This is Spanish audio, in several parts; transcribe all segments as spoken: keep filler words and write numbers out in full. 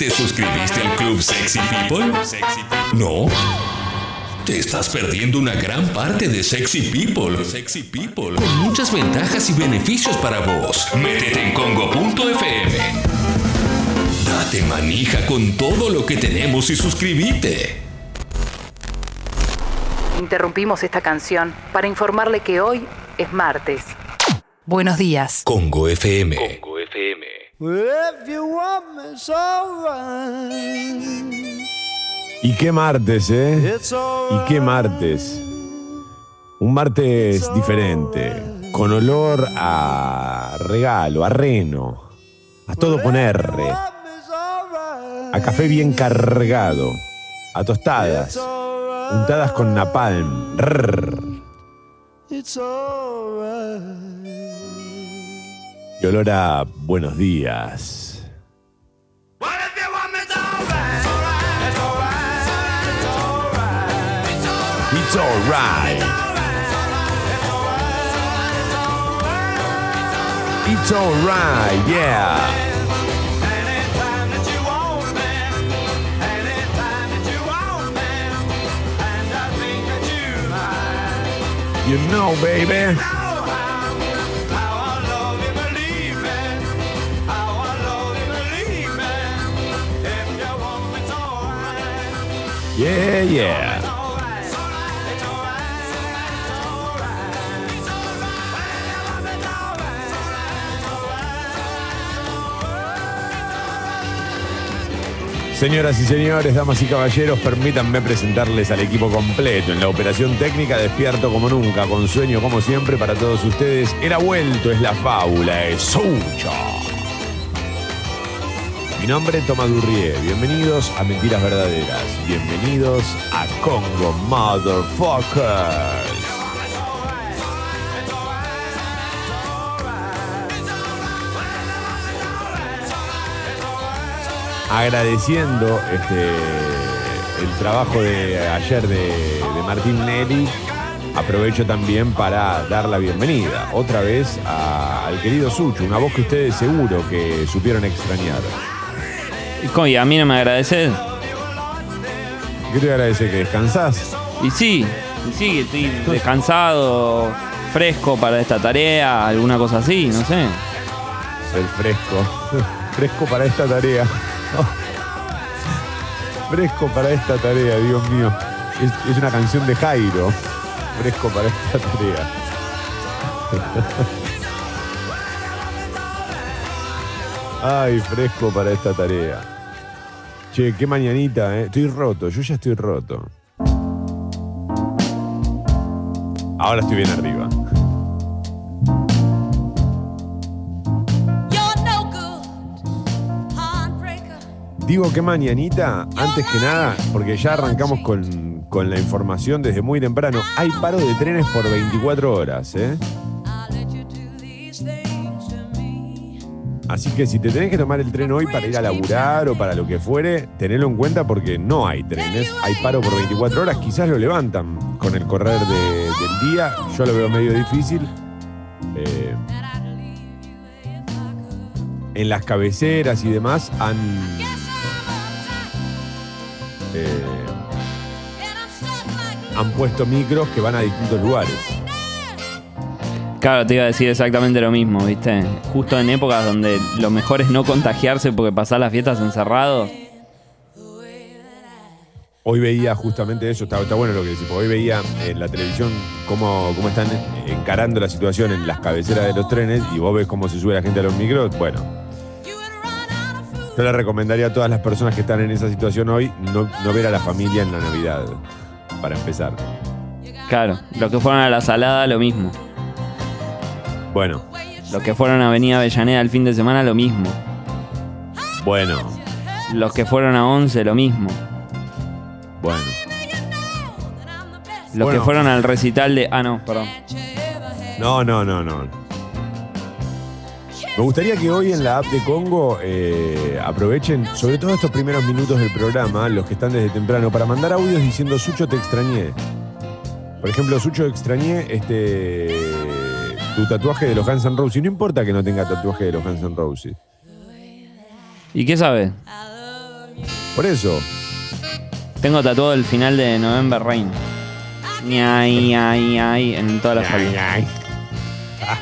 ¿Te suscribiste al Club Sexy People? ¿No? Te estás perdiendo una gran parte de Sexy People. Sexy People. Con muchas ventajas y beneficios para vos. Métete en congo punto efe eme. Date manija con todo lo que tenemos y suscríbete. Interrumpimos esta canción para informarle que hoy es martes. Buenos días. Congo efe eme. Congo efe eme. Y qué martes, ¿eh? Y qué martes. Un martes diferente, con olor a regalo, a reno, a todo con R, a café bien cargado, a tostadas, untadas con napalm. Rrr. Y olor a buenos días. It's alright. It's alright, yeah. You know, baby. Yeah, yeah. Señoras y señores, damas y caballeros, permítanme presentarles al equipo completo en la operación técnica, despierto como nunca, con sueño como siempre para todos ustedes. Era vuelto, es la fábula, es Sucho. Mi nombre es Tomás Durrié, bienvenidos a Mentiras Verdaderas, bienvenidos a Congo Motherfuckers. Agradeciendo este, el trabajo de ayer de, de Martín Nelly, aprovecho también para dar la bienvenida otra vez a, al querido Sucho, una voz que ustedes seguro que supieron extrañar. ¿Y a mí no me agradeces? ¿Qué te agradece? ¿Que descansás? Y sí, y sí, que estoy descansado, fresco para esta tarea, alguna cosa así, no sé. El fresco, fresco para esta tarea. Fresco para esta tarea, Dios mío. Es, es una canción de Jairo. Fresco para esta tarea. Ay, fresco para esta tarea. Che, qué mañanita, ¿eh? Estoy roto, yo ya estoy roto. Ahora estoy bien arriba. Digo qué mañanita, antes que nada, porque ya arrancamos con, con la información desde muy temprano. Hay paro de trenes por veinticuatro horas, ¿eh? Así que si te tenés que tomar el tren hoy para ir a laburar o para lo que fuere, tenelo en cuenta porque no hay trenes. Hay paro por veinticuatro horas, quizás lo levantan con el correr de, del día. Yo lo veo medio difícil. Eh, en las cabeceras y demás han... Eh, han puesto micros que van a distintos lugares. Claro, te iba a decir exactamente lo mismo, ¿viste? Justo en épocas donde lo mejor es no contagiarse porque pasar las fiestas encerrado. Hoy veía justamente eso, está, está bueno lo que decís, porque hoy veía en la televisión cómo, cómo están encarando la situación en las cabeceras de los trenes y vos ves cómo se sube la gente a los micros. Bueno, yo le recomendaría a todas las personas que están en esa situación hoy no, no ver a la familia en la Navidad, para empezar. Claro, los que fueron a la Salada, lo mismo. Bueno. Los que fueron a Avenida Avellaneda el fin de semana, lo mismo. Bueno. Los que fueron a Once, lo mismo. Bueno. Los bueno. que fueron al recital de... Ah, no, perdón. No, no, no, no. Me gustaría que hoy en la app de Congo eh, aprovechen, sobre todo estos primeros minutos del programa, los que están desde temprano, para mandar audios diciendo Sucho, te extrañé. Por ejemplo, Sucho, extrañé este tu tatuaje de los Guns N' Roses. No importa que no tenga tatuaje de los Guns N' Roses. ¿Y qué sabe? Por eso. Tengo tatuado el final de November Rain. Ñay, ay, ay, en todas las Ñay, ñay. Ah.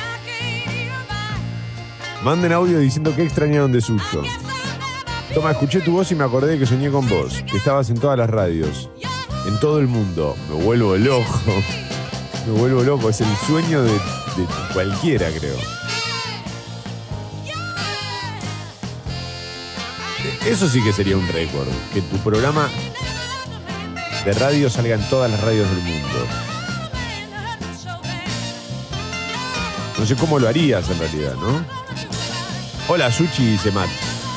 Manden audio diciendo que extrañaron de Sucho. Toma, escuché tu voz y me acordé que soñé con vos, que estabas en todas las radios, en todo el mundo. Me vuelvo loco. Me vuelvo loco. Es el sueño de, de cualquiera, creo. Eso sí que sería un récord. Que tu programa de radio salga en todas las radios del mundo. No sé cómo lo harías en realidad, ¿no? Hola, Suchi, dice Matt.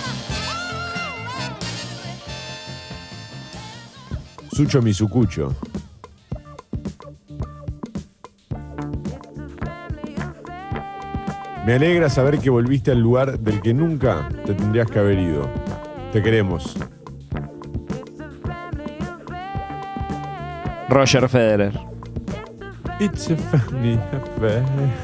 Sucho Mizukucho. Me alegra saber que volviste al lugar del que nunca te tendrías que haber ido. Te queremos. Roger Federer. It's a funny affair.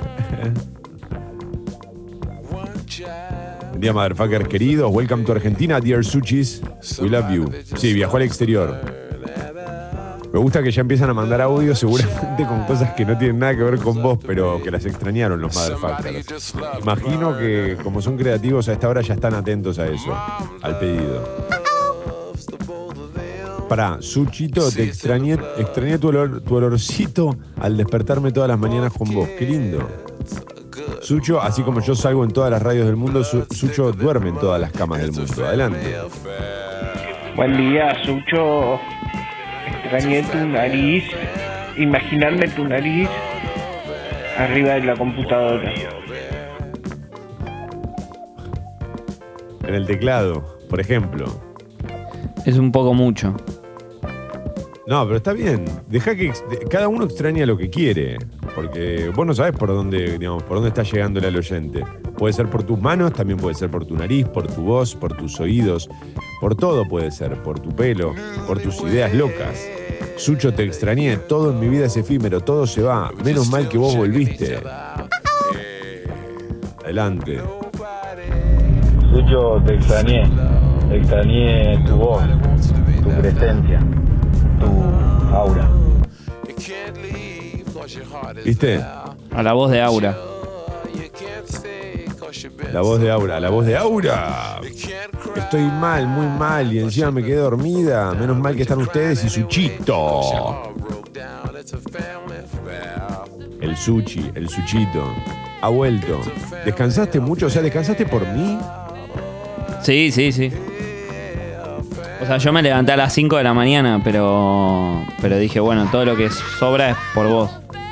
Buen día, motherfuckers queridos. Welcome to Argentina, dear Suchis. We love you. Sí, viajó al exterior. Me gusta que ya empiezan a mandar audios seguramente con cosas que no tienen nada que ver con vos, pero que las extrañaron los motherfuckers. Imagino que como son creativos a esta hora ya están atentos a eso, al pedido. Pará, Suchito, te extrañé, extrañé tu, olor, tu olorcito al despertarme todas las mañanas con vos. Qué lindo. Sucho, así como yo salgo en todas las radios del mundo, Su, Sucho duerme en todas las camas del mundo. Adelante. Buen día, Sucho. Extrañé tu nariz, imaginarme tu nariz arriba de la computadora. En el teclado, por ejemplo. Es un poco mucho. No, pero está bien. Deja que ex- cada uno extraña lo que quiere. Porque vos no sabés por dónde, digamos, por dónde está llegándole al oyente. Puede ser por tus manos, también puede ser por tu nariz, por tu voz, por tus oídos. Por todo puede ser. Por tu pelo, por tus ideas locas. Sucho, te extrañé. Todo en mi vida es efímero. Todo se va. Menos mal que vos volviste. Adelante. Sucho, te extrañé. Te extrañé tu voz, tu presencia, tu aura. ¿Viste? A la voz de Aura. La voz de Aura. La voz de Aura. Estoy mal, muy mal. Y encima me quedé dormida. Menos mal que están ustedes y Suchito. El Suchi, el Suchito. Ha vuelto. ¿Descansaste mucho? O sea, ¿descansaste por mí? Sí, sí, sí. O sea, yo me levanté a las cinco de la mañana, pero pero dije, bueno, todo lo que sobra es por vos.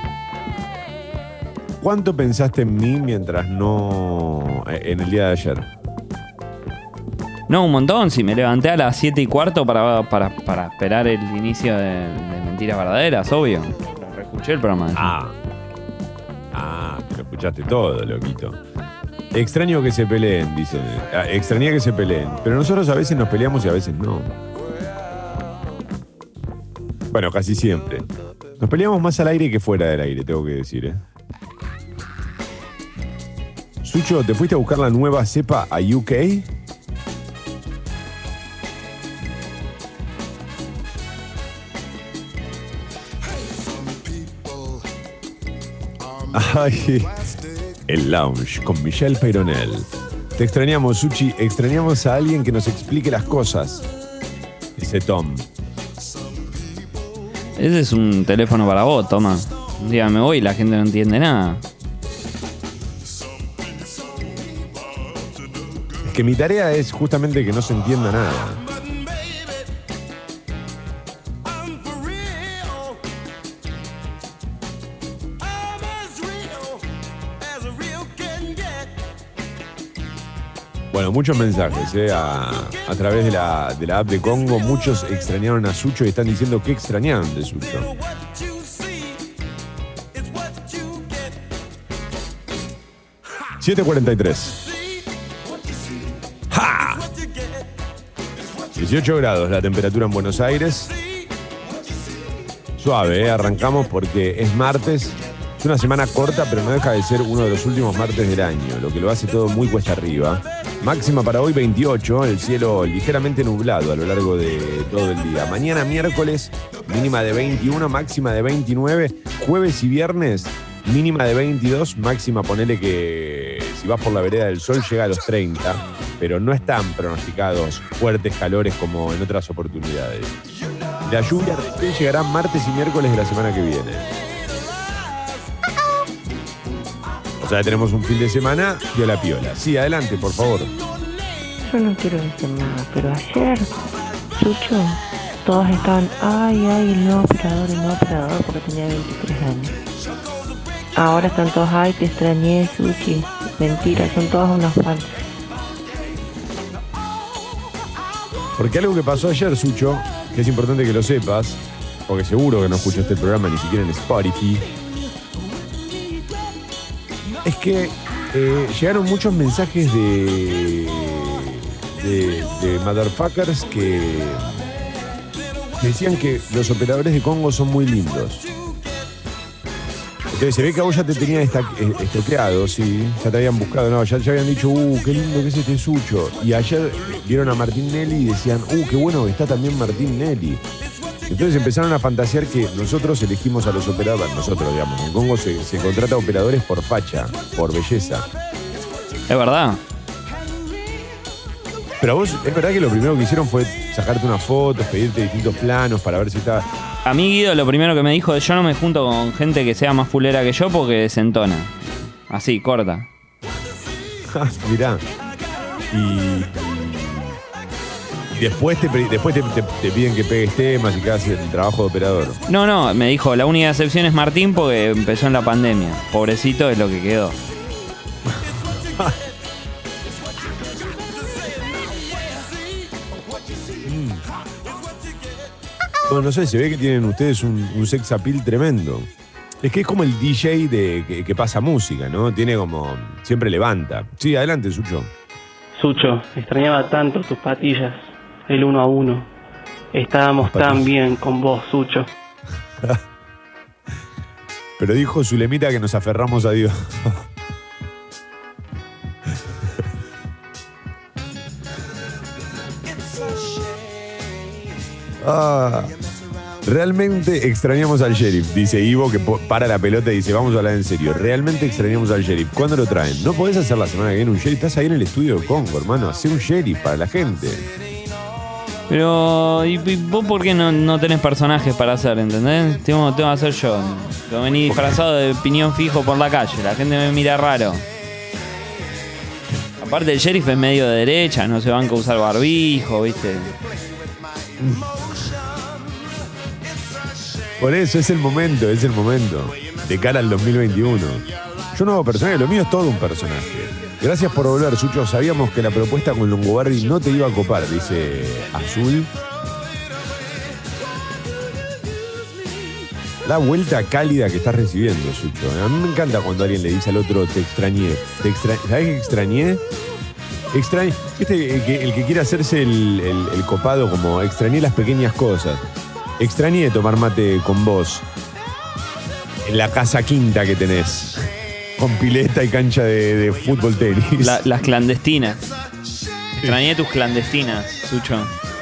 ¿Cuánto pensaste en mí mientras no... en el día de ayer? No, un montón. Sí, me levanté a las siete y cuarto para, para, para esperar el inicio de, de Mentiras Verdaderas, obvio. Lo reescuché el programa. Ah. Ah, te lo escuchaste todo, loquito. Extraño que se peleen, dicen. Ah, extrañé que se peleen. Pero nosotros a veces nos peleamos y a veces no. Bueno, casi siempre. Nos peleamos más al aire que fuera del aire, tengo que decir, ¿eh? Sucho, ¿te fuiste a buscar la nueva cepa a U K? Ay, el lounge con Michelle Peyronel. Te extrañamos, Suchi. Extrañamos a alguien que nos explique las cosas. Dice Tom. Ese es un teléfono para vos, toma. Un día me voy y la gente no entiende nada. Es que mi tarea es justamente que no se entienda nada. Bueno, muchos mensajes ¿eh? a, a través de la, de la app de Congo. Muchos extrañaron a Sucho y están diciendo que extrañaron de Sucho. siete cuarenta y tres. ¡Ja! dieciocho grados la temperatura en Buenos Aires. Suave, ¿eh? Arrancamos porque es martes. Es una semana corta, pero no deja de ser uno de los últimos martes del año, lo que lo hace todo muy cuesta arriba. Máxima para hoy veintiocho, el cielo ligeramente nublado a lo largo de todo el día. Mañana miércoles, mínima de veintiuno, máxima de veintinueve. Jueves y viernes, mínima de veintidós, máxima ponele que si vas por la vereda del sol llega a los treinta, pero no están pronosticados fuertes calores como en otras oportunidades. La lluvia recién llegará martes y miércoles de la semana que viene. O sea, tenemos un fin de semana piola piola. Sí, adelante, por favor. Yo no quiero decir nada, pero ayer, Sucho, todos estaban, ay, ay, el nuevo operador, el nuevo operador, porque tenía veintitrés años. Ahora están todos, ay, te extrañé, Suchi. Mentira, son todos unos fans. Porque algo que pasó ayer, Sucho, que es importante que lo sepas, porque seguro que no escuchaste el programa ni siquiera en Spotify, es que eh, llegaron muchos mensajes de, de, de motherfuckers que decían que los operadores de Congo son muy lindos. Entonces se ve que a vos ya te tenían esta, eh, estoqueado, sí, ya te habían buscado, no, ya, ya habían dicho, uh, qué lindo que es este Sucho. Y ayer vieron a Martín Nelly y decían, uh, qué bueno que está también Martín Nelly. Entonces empezaron a fantasear que nosotros elegimos a los operadores, nosotros, digamos, en Congo se, se contrata a operadores por facha, por belleza. Es verdad. Pero a vos, ¿es verdad que lo primero que hicieron fue sacarte unas fotos, pedirte distintos planos para ver si estaba... A mí Guido lo primero que me dijo es yo no me junto con gente que sea más fulera que yo porque desentona. Así, corta. Mirá. Y... Después, te, después te, te, te piden que pegues temas y que hagas el trabajo de operador. No, no, me dijo, la única excepción es Martín porque empezó en la pandemia. Pobrecito es lo que quedó. mm. Bueno, no sé, se ve que tienen ustedes un, un sex appeal tremendo. Es que es como el D J de, que, que pasa música, ¿no? Tiene como... Siempre levanta. Sí, adelante, Sucho. Sucho, extrañaba tanto tus patillas. El uno a uno. Estábamos tan bien con vos, Sucho. Pero dijo Zulemita que nos aferramos a Dios. ah, realmente extrañamos al sheriff, dice Ivo, que para la pelota y dice, vamos a hablar en serio. Realmente extrañamos al sheriff. ¿Cuándo lo traen? ¿No podés hacer la semana que viene un sheriff? Estás ahí en el estudio de Congo, hermano. Hacé un sheriff para la gente. Pero, ¿y, y vos por qué no, no tenés personajes para hacer, entendés? Tengo, tengo que hacer yo. Yo vení disfrazado de piñón fijo por la calle. La gente me mira raro. Aparte el sheriff es medio de derecha, no se banca a usar barbijo, ¿viste? Por eso es el momento, es el momento. De cara al dos mil veintiuno. Yo no hago personaje, lo mío es todo un personaje. Gracias por volver, Sucho. Sabíamos que la propuesta con Longobardi no te iba a copar, dice Azul. La vuelta cálida que estás recibiendo, Sucho. A mí me encanta cuando alguien le dice al otro, te extrañé. Te extra... ¿Sabés qué extrañé? Extrañé. ¿Viste? El que, el que quiere hacerse el, el, el copado, como extrañé las pequeñas cosas. Extrañé tomar mate con vos en la casa quinta que tenés. Con pileta y cancha de, de fútbol tenis. La, las clandestinas. Extrañé tus clandestinas, Sucho.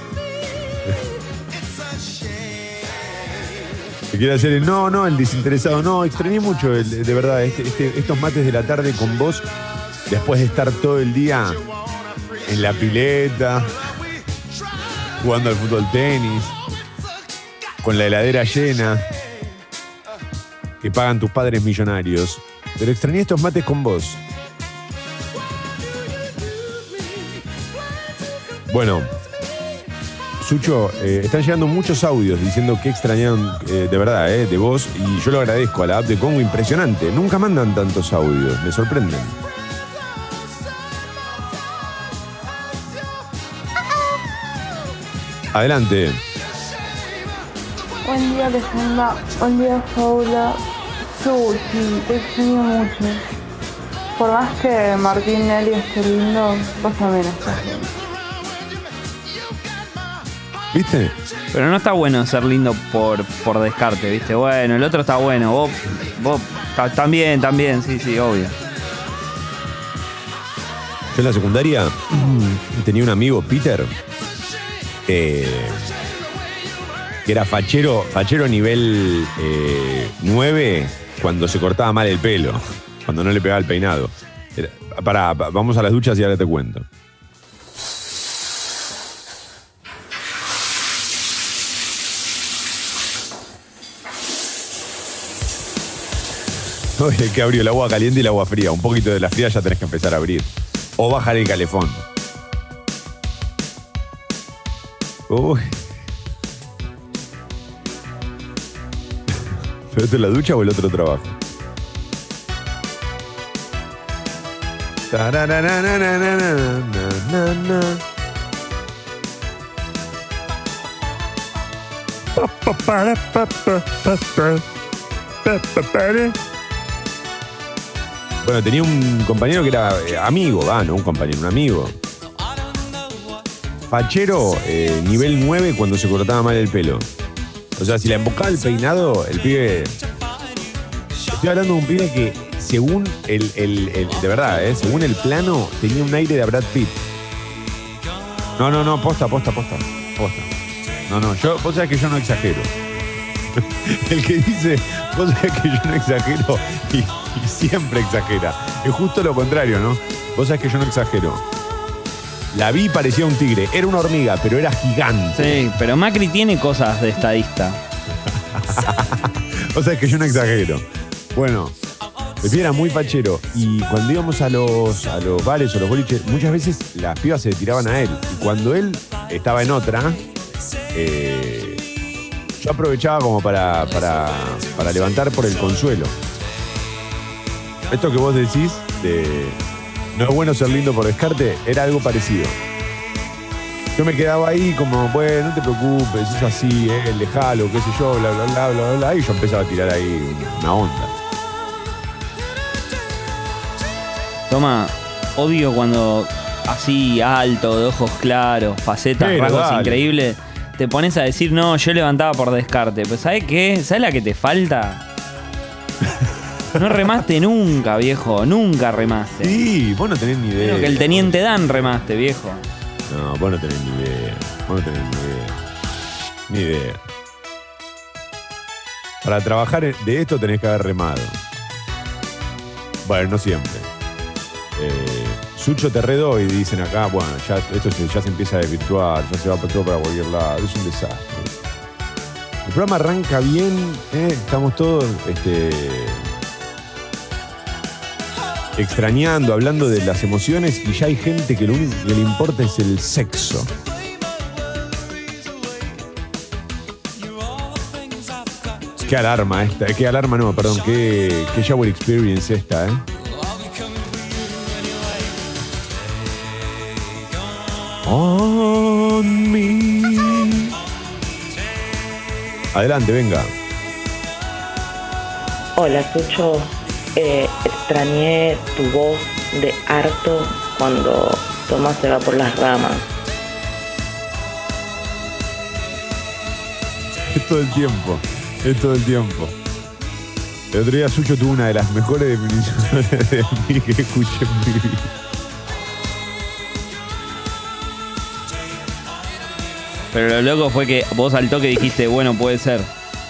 ¿Qué quiere hacer el no, no, el desinteresado? No, extrañé mucho, el, de verdad, este, este, estos mates de la tarde con vos, después de estar todo el día en la pileta, jugando al fútbol tenis, con la heladera llena, que pagan tus padres millonarios. Pero extrañé estos mates con vos. Bueno, Sucho, eh, están llegando muchos audios diciendo que extrañaron, eh, de verdad, eh, de vos, y yo lo agradezco a la app de Congo, impresionante. Nunca mandan tantos audios, me sorprenden. Adelante. Buen día, leyenda. Buen día, Paula. Sushi, te extraño mucho. Por más que Martín Nelly esté lindo, vos también estás lindo. ¿Viste? Pero no está bueno ser lindo por, por descarte, ¿viste? Bueno, el otro está bueno. Vos, vos ta, también, también, sí, sí, obvio. Yo en la secundaria tenía un amigo, Peter, eh, que era fachero, fachero nivel eh, nueve cuando se cortaba mal el pelo, cuando no le pegaba el peinado. Era, pará, vamos a las duchas y ahora te cuento. No, es que abrió el agua caliente y el agua fría. Un poquito de la fría ya tenés que empezar a abrir. O bajar el calefón. Uy. ¿Pero esto es la ducha o el otro trabajo? Bueno, tenía un compañero que era eh, amigo, va, no un compañero, un amigo. Fachero, eh, nivel nueve cuando se cortaba mal el pelo. O sea, si le embocaba el peinado, el pibe... Estoy hablando de un pibe que, según el... el, el de verdad, eh, según el plano, tenía un aire de Brad Pitt. No, no, no, posta, posta, posta. Posta. No, no, yo, vos sabés que yo no exagero. El que dice, vos sabés que yo no exagero y, y siempre exagera. Es justo lo contrario, ¿no? Vos sabés que yo no exagero. La vi y parecía un tigre. Era una hormiga, pero era gigante. Sí, pero Macri tiene cosas de estadista. Vos sabés que yo no exagero. Bueno, el pibe era muy fachero. Y cuando íbamos a los, a los bares o los boliches, muchas veces las pibas se tiraban a él. Y cuando él estaba en otra, eh, yo aprovechaba como para, para, para levantar por el consuelo. Esto que vos decís de no es bueno ser lindo por descarte, era algo parecido. Yo me quedaba ahí como, bueno, no te preocupes, es así, eh, dejalo, qué sé yo, bla, bla, bla, bla, bla, y yo empezaba a tirar ahí una onda. Toma, odio cuando así alto, de ojos claros, facetas, Pero, rasgos dale. increíbles, te pones a decir, no, yo levantaba por descarte. Pues ¿sabes qué? ¿Sabes la que te falta? No remaste nunca, viejo. Nunca remaste. Sí, vos no tenés ni idea. Creo que el teniente Dan remaste, viejo. No, vos no tenés ni idea. Vos no tenés ni idea. Ni idea. Para trabajar de esto tenés que haber remado. Bueno, no siempre. Eh, Sucho te redó y dicen acá, bueno, ya esto se, ya se empieza a desvirtuar, ya se va todo para cualquier lado. Es un desastre. El programa arranca bien, ¿eh? Estamos todos este, extrañando, hablando de las emociones y ya hay gente que lo único que le importa es el sexo. Qué alarma esta, qué alarma no, perdón, qué, qué shower experience esta, ¿eh? On me. Adelante, venga. Hola, Sucho. Eh, extrañé tu voz de harto cuando Tomás se va por las ramas. Es todo el tiempo. Es todo el tiempo. El otro día Sucho tuvo una de las mejores definiciones de mí que escuché en mi vida. Pero lo loco fue que vos al toque dijiste, bueno, puede ser.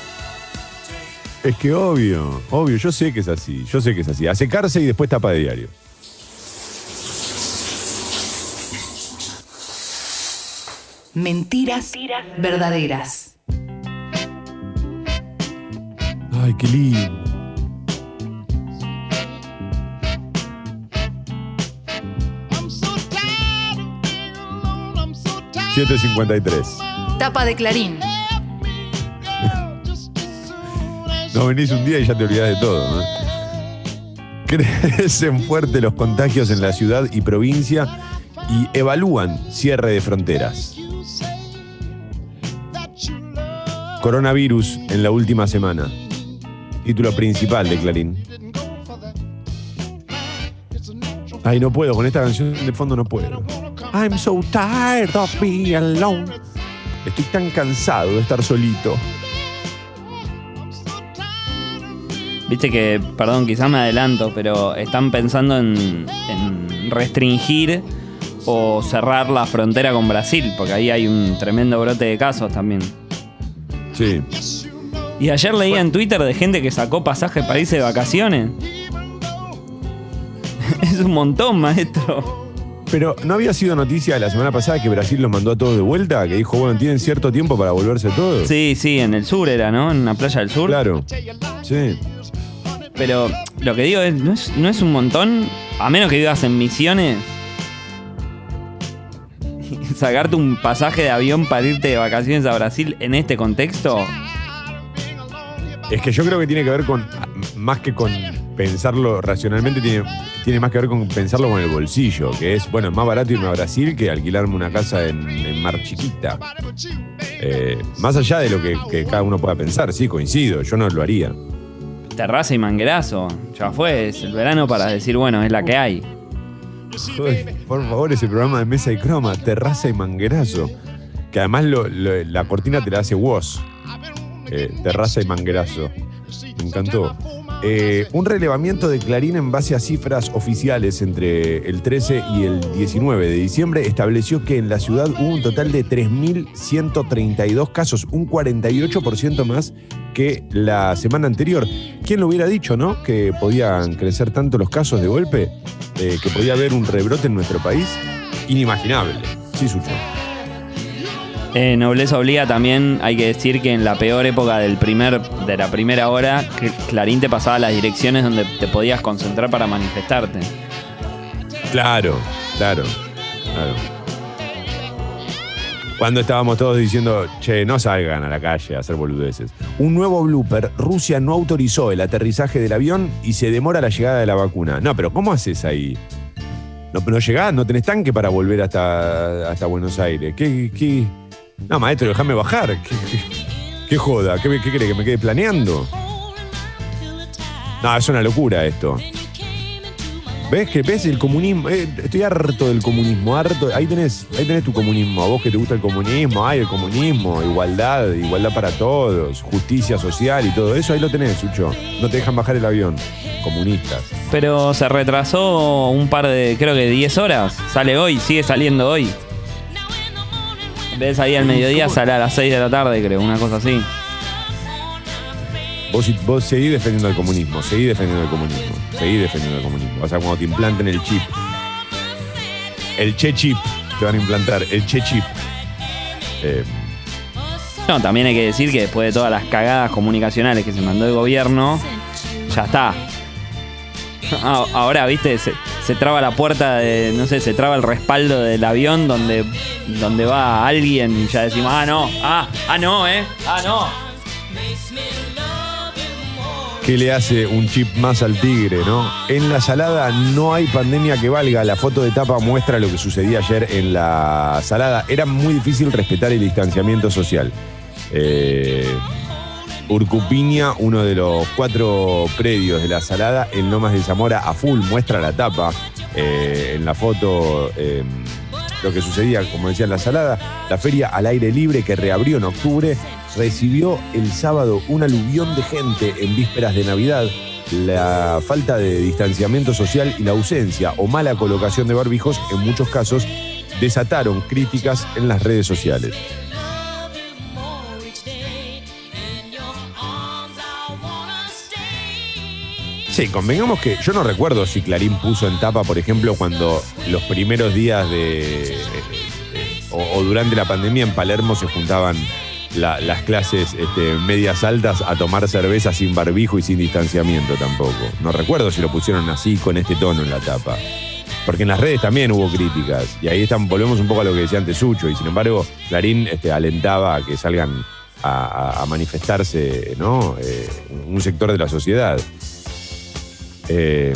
Es que obvio, obvio, yo sé que es así, yo sé que es así. A secarse y después tapa de diario. Mentiras verdaderas. Ay, qué lindo. siete cincuenta y tres. Tapa de Clarín. No venís un día y ya te olvidás de todo, ¿no? Crecen fuerte los contagios en la ciudad y provincia y evalúan cierre de fronteras. Coronavirus en la última semana. Título principal de Clarín. Ay, no puedo, con esta canción de fondo no puedo. I'm so tired of being alone. Estoy tan cansado de estar solito. Viste que, perdón, quizás me adelanto, pero están pensando en, en restringir o cerrar la frontera con Brasil, porque ahí hay un tremendo brote de casos también. Sí. Y ayer leía en Twitter de gente que sacó pasaje para irse de vacaciones. Es un montón, maestro. Pero ¿no había sido noticia la semana pasada que Brasil los mandó a todos de vuelta? Que dijo, bueno, tienen cierto tiempo para volverse todos. Sí, sí, en el sur era, ¿no? En una playa del sur. Claro, sí. Pero lo que digo es, ¿no es, no es un montón? A menos que vivas en Misiones. Sacarte un pasaje de avión para irte de vacaciones a Brasil en este contexto. Es que yo creo que tiene que ver con, más que con pensarlo racionalmente, tiene, tiene más que ver con pensarlo con el bolsillo, que es, bueno, es más barato irme a Brasil que alquilarme una casa en, en Mar Chiquita. Eh, más allá de lo que, que cada uno pueda pensar, sí, coincido, yo no lo haría. Terraza y manguerazo, ya fue, es el verano para decir, bueno, es la que hay. Uy, por favor, ese programa de Mesa y Croma, Terraza y Manguerazo, que además lo, lo, la cortina te la hace Woz. Eh, terraza y Manguerazo. Me encantó. Eh, un relevamiento de Clarín en base a cifras oficiales entre el trece y el diecinueve de diciembre estableció que en la ciudad hubo un total de tres mil ciento treinta y dos casos, un cuarenta y ocho por ciento más que la semana anterior. ¿Quién lo hubiera dicho, no? Que podían crecer tanto los casos de golpe, eh, que podía haber un rebrote en nuestro país. Inimaginable. Sí, Sucho. Eh, nobleza obliga también, hay que decir que en la peor época del primer, de la primera hora, Clarín te pasaba las direcciones donde te podías concentrar para manifestarte. Claro, claro, claro. Cuando estábamos todos diciendo, che, no salgan a la calle a hacer boludeces. Un nuevo blooper, Rusia no autorizó el aterrizaje del avión y se demora la llegada de la vacuna. No, pero ¿cómo haces ahí? ¿No, no llegás? ¿No tenés tanque para volver hasta, hasta Buenos Aires? ¿Qué, qué? No, maestro, déjame bajar. ¿Qué, qué, qué joda? ¿Qué, qué cree? ¿Que me quede planeando? No, es una locura esto. ¿Ves que ves el comunismo? Eh, estoy harto del comunismo, harto. Ahí tenés, ahí tenés tu comunismo. A vos que te gusta el comunismo, ay, el comunismo, igualdad, igualdad para todos, justicia social y todo eso, ahí lo tenés, Sucho. No te dejan bajar el avión. Comunistas. Pero se retrasó un par de, creo que diez horas. Sale hoy, sigue saliendo hoy. En vez de salir al mediodía, sale a las seis de la tarde, creo, una cosa así. Vos, vos seguís defendiendo el comunismo, seguís defendiendo el comunismo, seguís defendiendo el comunismo. O sea, cuando te implanten el chip, el che chip, te van a implantar el che chip. Eh. No, también hay que decir que después de todas las cagadas comunicacionales que se mandó el gobierno, ya está. Ahora, viste, se, se traba la puerta de, no sé, se traba el respaldo del avión donde, donde va alguien y ya decimos, ah, no, ah, ah, no, eh, ah, no. ¿Qué le hace un chip más al tigre, no? En la Salada no hay pandemia que valga. La foto de tapa muestra lo que sucedía ayer en la Salada. Era muy difícil respetar el distanciamiento social. Eh... Urcupiña, uno de los cuatro predios de la Salada, en Lomas de Zamora, a full, muestra la tapa eh, en la foto, eh, lo que sucedía, como decía, en la Salada. La feria al aire libre, que reabrió en octubre, recibió el sábado un aluvión de gente en vísperas de Navidad. La falta de distanciamiento social y la ausencia o mala colocación de barbijos, en muchos casos, desataron críticas en las redes sociales. Sí, convengamos que yo no recuerdo si Clarín puso en tapa, por ejemplo, cuando los primeros días de, de o, o durante la pandemia en Palermo se juntaban la, las clases este, medias altas a tomar cerveza sin barbijo y sin distanciamiento tampoco. No recuerdo si lo pusieron así, con este tono en la tapa. Porque en las redes también hubo críticas. Y ahí están, volvemos un poco a lo que decía antes Sucho. Y sin embargo, Clarín este, alentaba a que salgan a, a, a manifestarse, ¿no? Eh, un sector de la sociedad. Eh,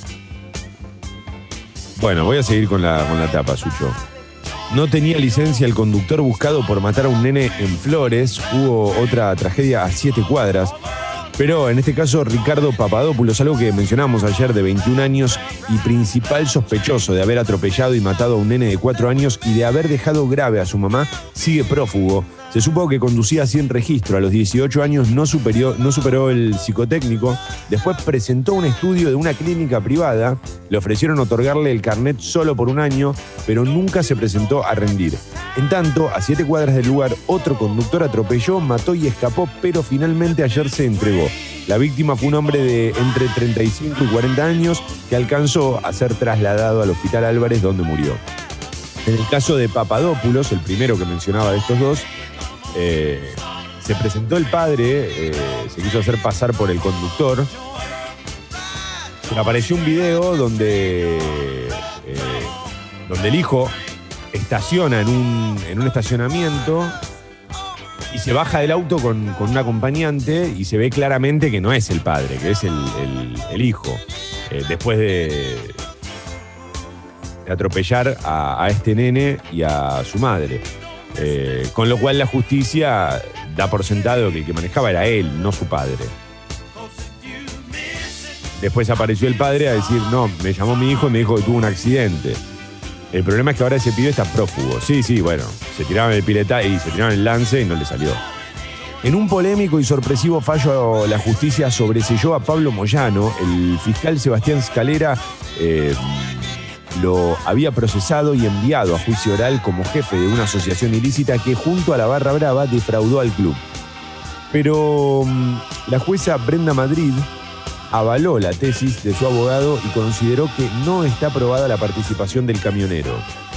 bueno, voy a seguir con la, con la tapa, Sucho. No tenía licencia el conductor buscado por matar a un nene en Flores. Hubo otra tragedia a siete cuadras. Pero en este caso, Ricardo Papadopoulos, algo que mencionamos ayer, de veintiún años y principal sospechoso de haber atropellado y matado a un nene de cuatro años y de haber dejado grave a su mamá, sigue prófugo Se supo que conducía sin registro. A los dieciocho años no, superió, no superó el psicotécnico. Después presentó un estudio de una clínica privada. Le ofrecieron otorgarle el carnet solo por un año, pero nunca se presentó a rendir. En tanto, a siete cuadras del lugar, otro conductor atropelló, mató y escapó, pero finalmente ayer se entregó. La víctima fue un hombre de entre treinta y cinco y cuarenta años que alcanzó a ser trasladado al Hospital Álvarez, donde murió. En el caso de Papadopoulos, el primero que mencionaba de estos dos, eh, se presentó el padre, eh, se quiso hacer pasar por el conductor. Apareció un video donde, eh, donde el hijo estaciona en un, en un estacionamiento y se baja del auto con, con un acompañante y se ve claramente que no es el padre, que es el, el, el hijo. Eh, después de, de atropellar a, a este nene y a su madre. Eh, con lo cual la justicia da por sentado que el que manejaba era él, no su padre. Después apareció el padre a decir, no, me llamó mi hijo y me dijo que tuvo un accidente. El problema es que ahora ese pibe está prófugo. Sí, sí, bueno, se tiraban el pileta y se tiraban el lance y no le salió. En un polémico y sorpresivo fallo, la justicia sobreselló a Pablo Moyano. El fiscal Sebastián Scalera eh, lo había procesado y enviado a juicio oral como jefe de una asociación ilícita que junto a la Barra Brava defraudó al club. Pero la jueza Brenda Madrid avaló la tesis de su abogado y consideró que no está probada la participación del camionero.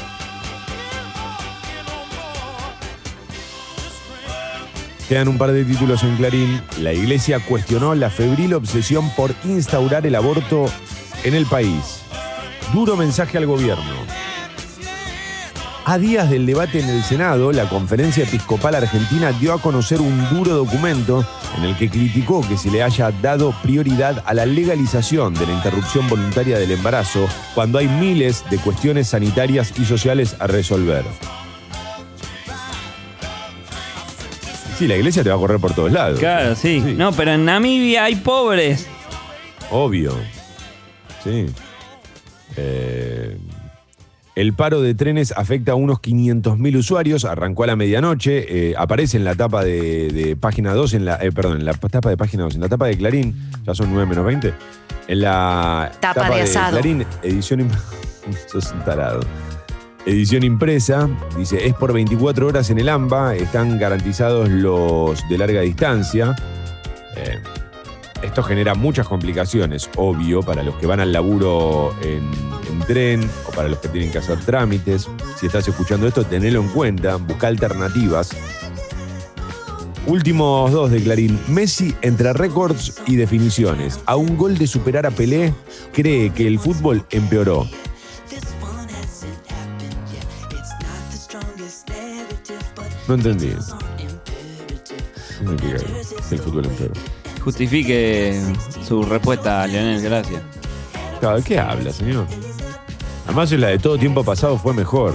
Quedan un par de títulos en Clarín. La Iglesia cuestionó la febril obsesión por instaurar el aborto en el país. Duro mensaje al gobierno. A días del debate en el Senado, la Conferencia Episcopal Argentina dio a conocer un duro documento en el que criticó que se le haya dado prioridad a la legalización de la interrupción voluntaria del embarazo cuando hay miles de cuestiones sanitarias y sociales a resolver. Sí, la iglesia te va a correr por todos lados. Claro, sí. sí. No, pero en Namibia hay pobres. Obvio. Sí. Eh... El paro de trenes afecta a unos quinientos mil usuarios, arrancó a la medianoche, eh, aparece en la tapa de, de página dos, en la, eh, perdón, en la tapa de página dos, en la tapa de Clarín, ya son nueve menos veinte, en la tapa, tapa de, de Clarín, edición impresa, sos un tarado, edición impresa, dice, es por veinticuatro horas en el AMBA, están garantizados los de larga distancia. Eh, Esto genera muchas complicaciones, obvio, para los que van al laburo en, en tren o para los que tienen que hacer trámites. Si estás escuchando esto, tenelo en cuenta, busca alternativas. Últimos dos de Clarín. Messi entre récords y definiciones. A un gol de superar a Pelé, cree que el fútbol empeoró. No entendí. No entendí que el fútbol empeoró. Justifique su respuesta, Leonel, gracias. Claro, ¿de qué habla, señor? Además, la de todo tiempo pasado fue mejor.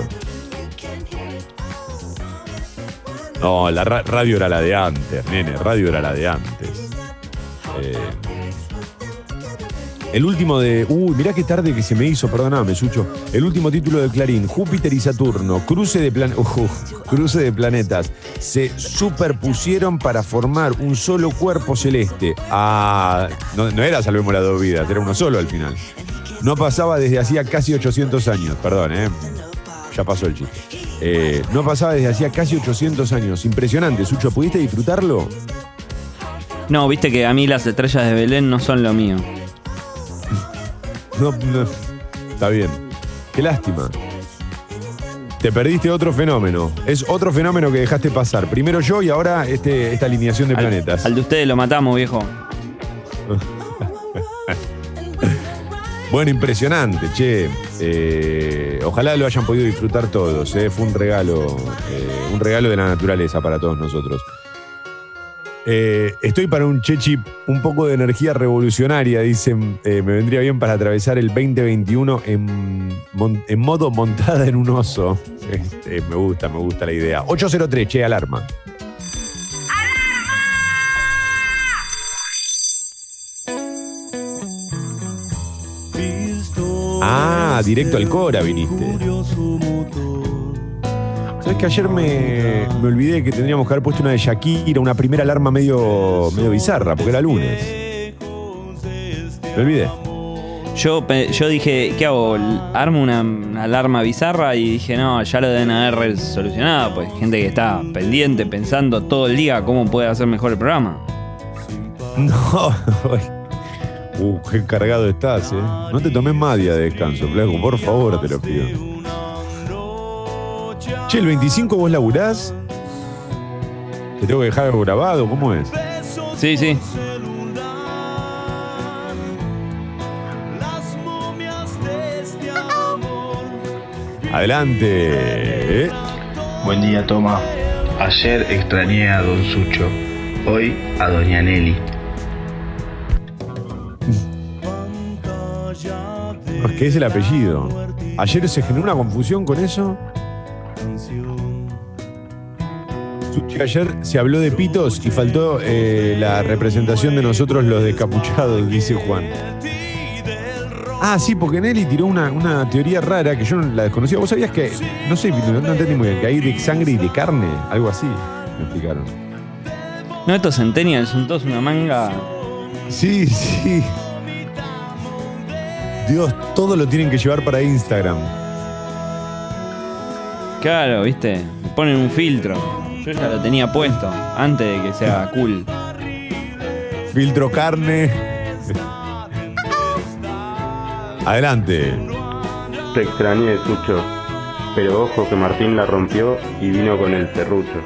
No, la ra- radio era la de antes, nene, radio era la de antes. Eh, el último de... Uy, mirá qué tarde que se me hizo, perdóname, Sucho. El último título de Clarín, Júpiter y Saturno, cruce de, plan- uh, cruce de planetas, se superpusieron para formar un solo cuerpo celeste. Ah, no, no era Salvemos las dos vidas, era uno solo al final. No pasaba desde hacía casi ochocientos años, perdón, eh. Ya pasó el chiste. Eh, no pasaba desde hacía casi ochocientos años. Impresionante, Sucho, ¿pudiste disfrutarlo? No, viste que a mí las estrellas de Belén no son lo mío. No, no, está bien. Qué lástima. Te perdiste otro fenómeno. Es otro fenómeno que dejaste pasar. Primero yo y ahora este, esta alineación de al, planetas. Al de ustedes lo matamos, viejo. Bueno, impresionante, che. Eh, ojalá lo hayan podido disfrutar todos. Eh. Fue un regalo, eh, un regalo de la naturaleza para todos nosotros. Eh, estoy para un chechi, un poco de energía revolucionaria, dicen, eh, me vendría bien para atravesar el veinte veintiuno en, mon, en modo montada en un oso. Este, me gusta, me gusta la idea. ocho cero tres, che, alarma. Ah, directo al Cora viniste. ¿Sabes que ayer me, me olvidé que tendríamos que haber puesto una de Shakira, una primera alarma medio, medio bizarra, porque era lunes? Me olvidé. Yo, yo dije, ¿qué hago? Armo una, una alarma bizarra y dije, no, ya lo deben haber solucionado, pues gente que está pendiente, pensando todo el día cómo puede hacer mejor el programa. No, uh, qué cargado estás, ¿eh? No te tomes más día de descanso, flaco, por favor, te lo pido. Che, ¿el veinticinco vos laburás? ¿Te tengo que dejar algo grabado? ¿Cómo es? Sí, sí. Adelante. ¿Eh? Buen día, Toma. Ayer extrañé a Don Sucho. Hoy a Doña Nelly. No, es que es el apellido. Ayer se generó una confusión con eso. Sucho, ayer se habló de pitos y faltó eh, la representación de nosotros los descapuchados, dice Juan. Ah, sí, porque Nelly tiró una, una teoría rara que yo no la desconocía. ¿Vos sabías que, no sé, no, no entendí muy bien, que hay de sangre y de carne? Algo así, me explicaron. No, estos centennials son todos una manga. Sí, sí. Dios, todo lo tienen que llevar para Instagram. Claro, viste, ponen un filtro. Yo ya lo tenía puesto, antes de que sea cool. Filtro carne. Adelante. Te extrañé, Sucho, pero ojo que Martín la rompió y vino con el serrucho.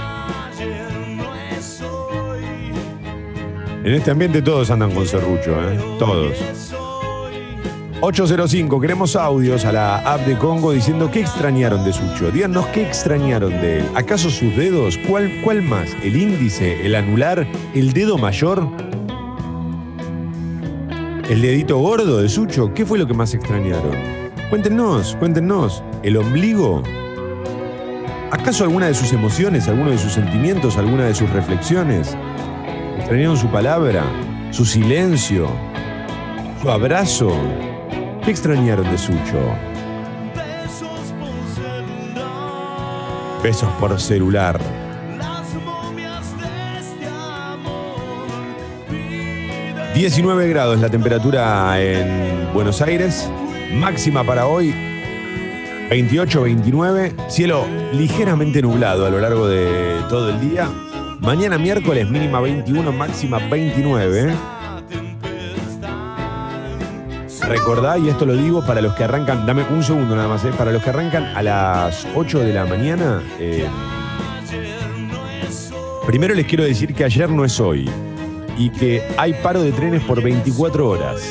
En este ambiente todos andan con serrucho, ¿eh? Todos. ocho cero cinco, queremos audios a la app de Congo diciendo qué extrañaron de Sucho. Díganos qué extrañaron de él. ¿Acaso sus dedos? ¿Cuál, cuál más? ¿El índice? ¿El anular? ¿El dedo mayor? ¿El dedito gordo de Sucho? ¿Qué fue lo que más extrañaron? Cuéntenos, cuéntenos. ¿El ombligo? ¿Acaso alguna de sus emociones, alguno de sus sentimientos, alguna de sus reflexiones? ¿Extrañaron su palabra? ¿Su silencio? ¿Su abrazo? ¿Qué extrañaron de Sucho? Besos por celular. diecinueve grados la temperatura en Buenos Aires. Máxima para hoy veintiocho, veintinueve. Cielo ligeramente nublado a lo largo de todo el día. Mañana miércoles mínima veintiuno, máxima veintinueve. Recordá, y esto lo digo para los que arrancan, dame un segundo nada más, ¿eh? Para los que arrancan a las ocho de la mañana, eh, primero les quiero decir que ayer no es hoy y que hay paro de trenes por veinticuatro horas.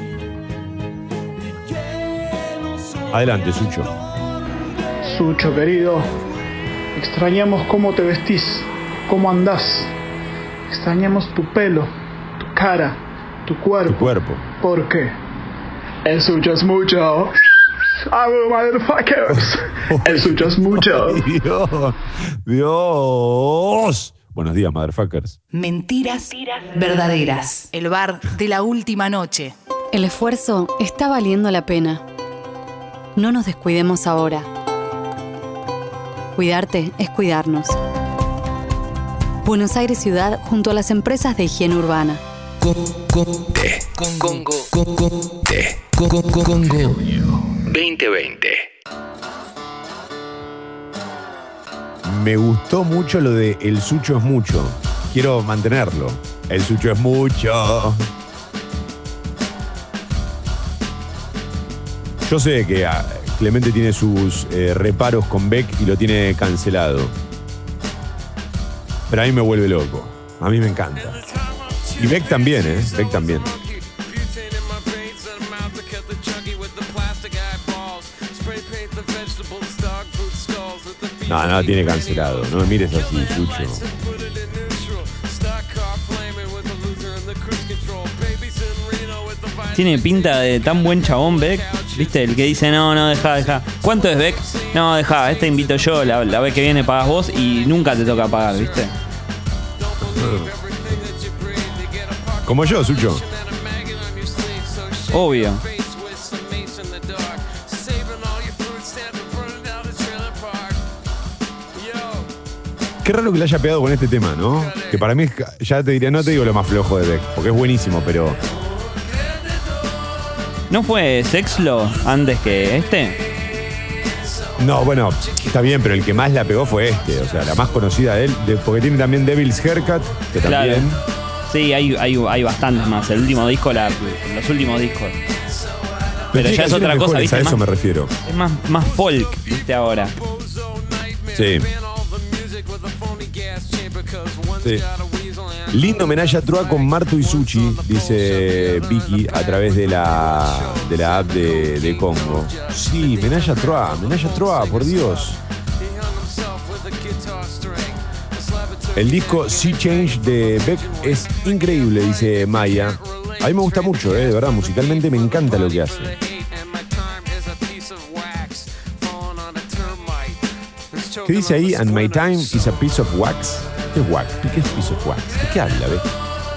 Adelante, Sucho. Sucho, querido, extrañamos cómo te vestís, cómo andás. Extrañamos tu pelo, tu cara, tu cuerpo. Tu cuerpo. ¿Por qué? El Sucho es mucho. ¡Amo, motherfuckers! El Sucho es mucho. Dios, Dios. Buenos días, motherfuckers. Mentiras verdaderas. El bar de la última noche. El esfuerzo está valiendo la pena. No nos descuidemos ahora. Cuidarte es cuidarnos. Buenos Aires Ciudad junto a las empresas de higiene urbana. Conte. Congo. Conte. Congo. veinte veinte. Me gustó mucho lo de el Sucho es mucho. Quiero mantenerlo. El Sucho es mucho. Yo sé que ah, Clemente tiene sus eh, reparos con Beck y lo tiene cancelado. Pero a mí me vuelve loco. A mí me encanta. Y Beck también, ¿eh? Beck también. No, no la tiene cancelado. No me mires así, Sucho. Tiene pinta de tan buen chabón, Beck. ¿Viste? El que dice, no, no, deja, deja. ¿Cuánto es, Beck? No, deja, esta invito yo, la, la vez que viene pagas vos y nunca te toca pagar, ¿viste? Como yo, Sucho. Obvio. Qué raro que le haya pegado con este tema, ¿no? Que para mí, es, ya te diría, no te digo lo más flojo de Beck, porque es buenísimo, pero... ¿No fue Sexlo antes que este? No, bueno, está bien, pero el que más la pegó fue este, o sea, la más conocida de él, de, porque tiene también Devil's Haircut, que Claro. también... Sí, hay, hay, hay bastantes más. El último disco, la, los últimos discos. Pero tiene ya es canciones otra cosa, mejores, ¿viste? a eso Más- me refiero. Es más, más folk, ¿viste? Ahora. Sí. Sí. Lindo homenaje a Troa con Martu y Suchi, dice Vicky a través de la, de la app de, de Congo. Sí, homenaje a Troa, homenaje a Troa, por Dios. El disco Sea Change de Beck es increíble, dice Maya. A mí me gusta mucho, eh, de verdad, musicalmente me encanta lo que hace. ¿Qué dice ahí? And my time is a piece of wax. ¿Qué es wax? ¿Qué es piece of wax? ¿De qué habla, Beck?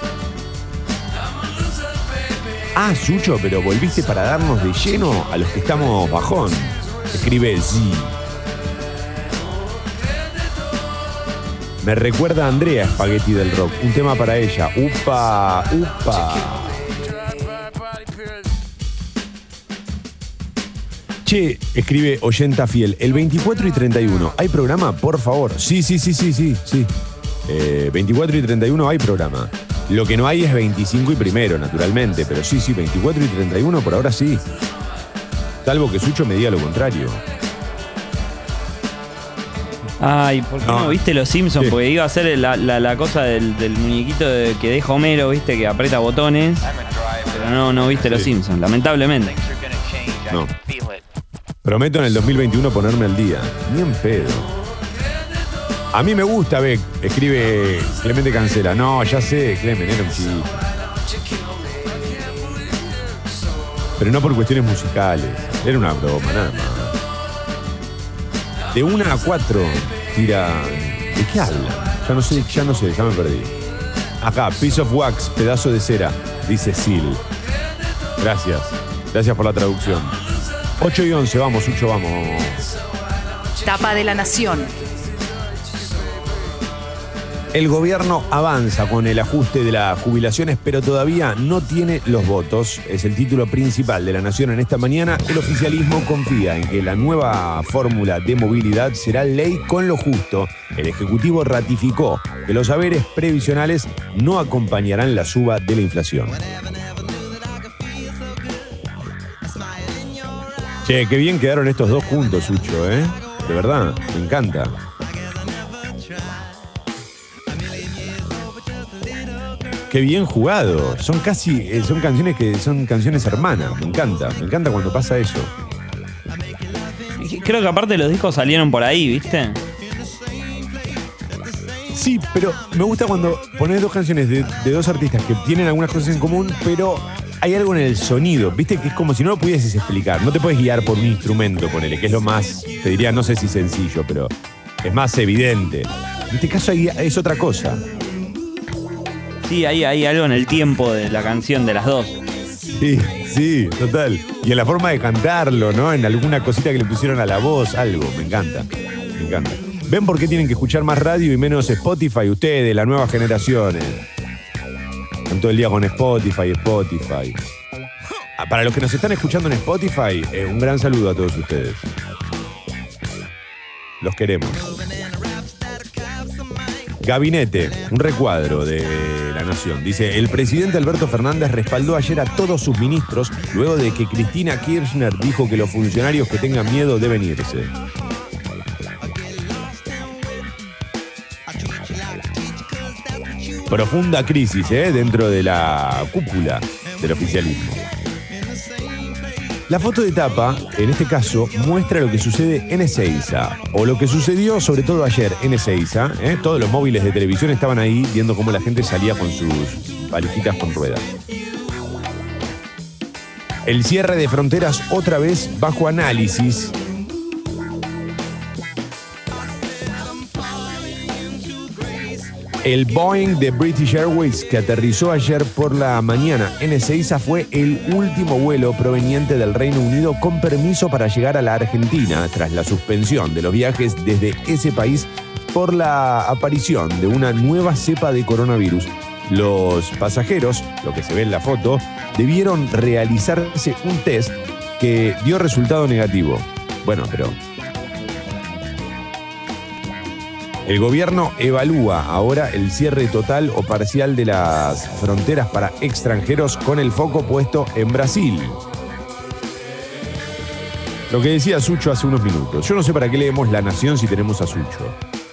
Ah, Sucho, pero volviste para darnos de lleno a los que estamos bajón. Escribe Z. Me recuerda a Andrea Spaghetti del Rock. Un tema para ella. Upa, upa. Che, escribe Oyenta Fiel. El veinticuatro y treinta y uno. ¿Hay programa? Por favor. Sí, sí, sí, sí, sí, sí. Eh, veinticuatro y treinta y uno hay programa. Lo que no hay es veinticinco y primero, naturalmente. Pero sí, sí, veinticuatro y treinta y uno por ahora sí. Salvo que Sucho me diga lo contrario. Ay, ¿por qué no, No. viste los Simpsons? Sí. Porque iba a ser la, la, la cosa del, del muñequito de- que deja Homero, viste, que aprieta botones. Pero no, no viste los Sí. Simpsons, lamentablemente. No. Prometo en el dos mil veintiuno ponerme al día. Ni en pedo. A mí me gusta, Beck. Escribe Clemente Cancela. No, ya sé, Clemen, era un chiste. Pero no por cuestiones musicales. Era una broma, nada más. De una a cuatro tira... ¿De qué habla? Ya no sé, ya no sé, ya me perdí. Acá, piece of wax, pedazo de cera, dice Sil. Gracias. Gracias por la traducción. ocho y once, vamos, Sucho, vamos. Tapa de la Nación. El gobierno avanza con el ajuste de las jubilaciones, pero todavía no tiene los votos. Es el título principal de La Nación en esta mañana. El oficialismo confía en que la nueva fórmula de movilidad será ley con lo justo. El Ejecutivo ratificó que los haberes previsionales no acompañarán la suba de la inflación. Che, qué bien quedaron estos dos juntos, Sucho, ¿eh? De verdad, me encanta. Qué bien jugado. Son casi, eh, son canciones que son canciones hermanas. Me encanta, me encanta cuando pasa eso. Creo que aparte los discos salieron por ahí, ¿viste? Sí, pero me gusta cuando pones dos canciones de, de dos artistas que tienen algunas cosas en común, pero hay algo en el sonido, ¿viste? Que es como si no lo pudieses explicar. No te puedes guiar por un instrumento, ponele, que es lo más, te diría, no sé si sencillo, pero es más evidente. En este caso hay, es otra cosa. Sí, hay, hay algo en el tiempo de la canción de las dos. Sí, sí, total. Y en la forma de cantarlo, ¿no? En alguna cosita que le pusieron a la voz, algo. Me encanta, me encanta. ¿Ven por qué tienen que escuchar más radio y menos Spotify ustedes, las nuevas generaciones? Están todo el día con Spotify, Spotify. Ah, para los que nos están escuchando en Spotify, eh, un gran saludo a todos ustedes. Los queremos. Gabinete, un recuadro de La Nación. Dice, el presidente Alberto Fernández respaldó ayer a todos sus ministros luego de que Cristina Kirchner dijo que los funcionarios que tengan miedo deben irse. Profunda crisis, ¿eh? Dentro de la cúpula del oficialismo. La foto de tapa, en este caso, muestra lo que sucede en Ezeiza, o lo que sucedió sobre todo ayer en Ezeiza. ¿eh? Todos los móviles de televisión estaban ahí viendo cómo la gente salía con sus valijitas con ruedas. El cierre de fronteras otra vez bajo análisis. El Boeing de British Airways que aterrizó ayer por la mañana en Ezeiza fue el último vuelo proveniente del Reino Unido con permiso para llegar a la Argentina tras la suspensión de los viajes desde ese país por la aparición de una nueva cepa de coronavirus. Los pasajeros, lo que se ve en la foto, debieron realizarse un test que dio resultado negativo. Bueno, pero el gobierno evalúa ahora el cierre total o parcial de las fronteras para extranjeros con el foco puesto en Brasil. Lo que decía Sucho hace unos minutos. Yo no sé para qué leemos La Nación si tenemos a Sucho.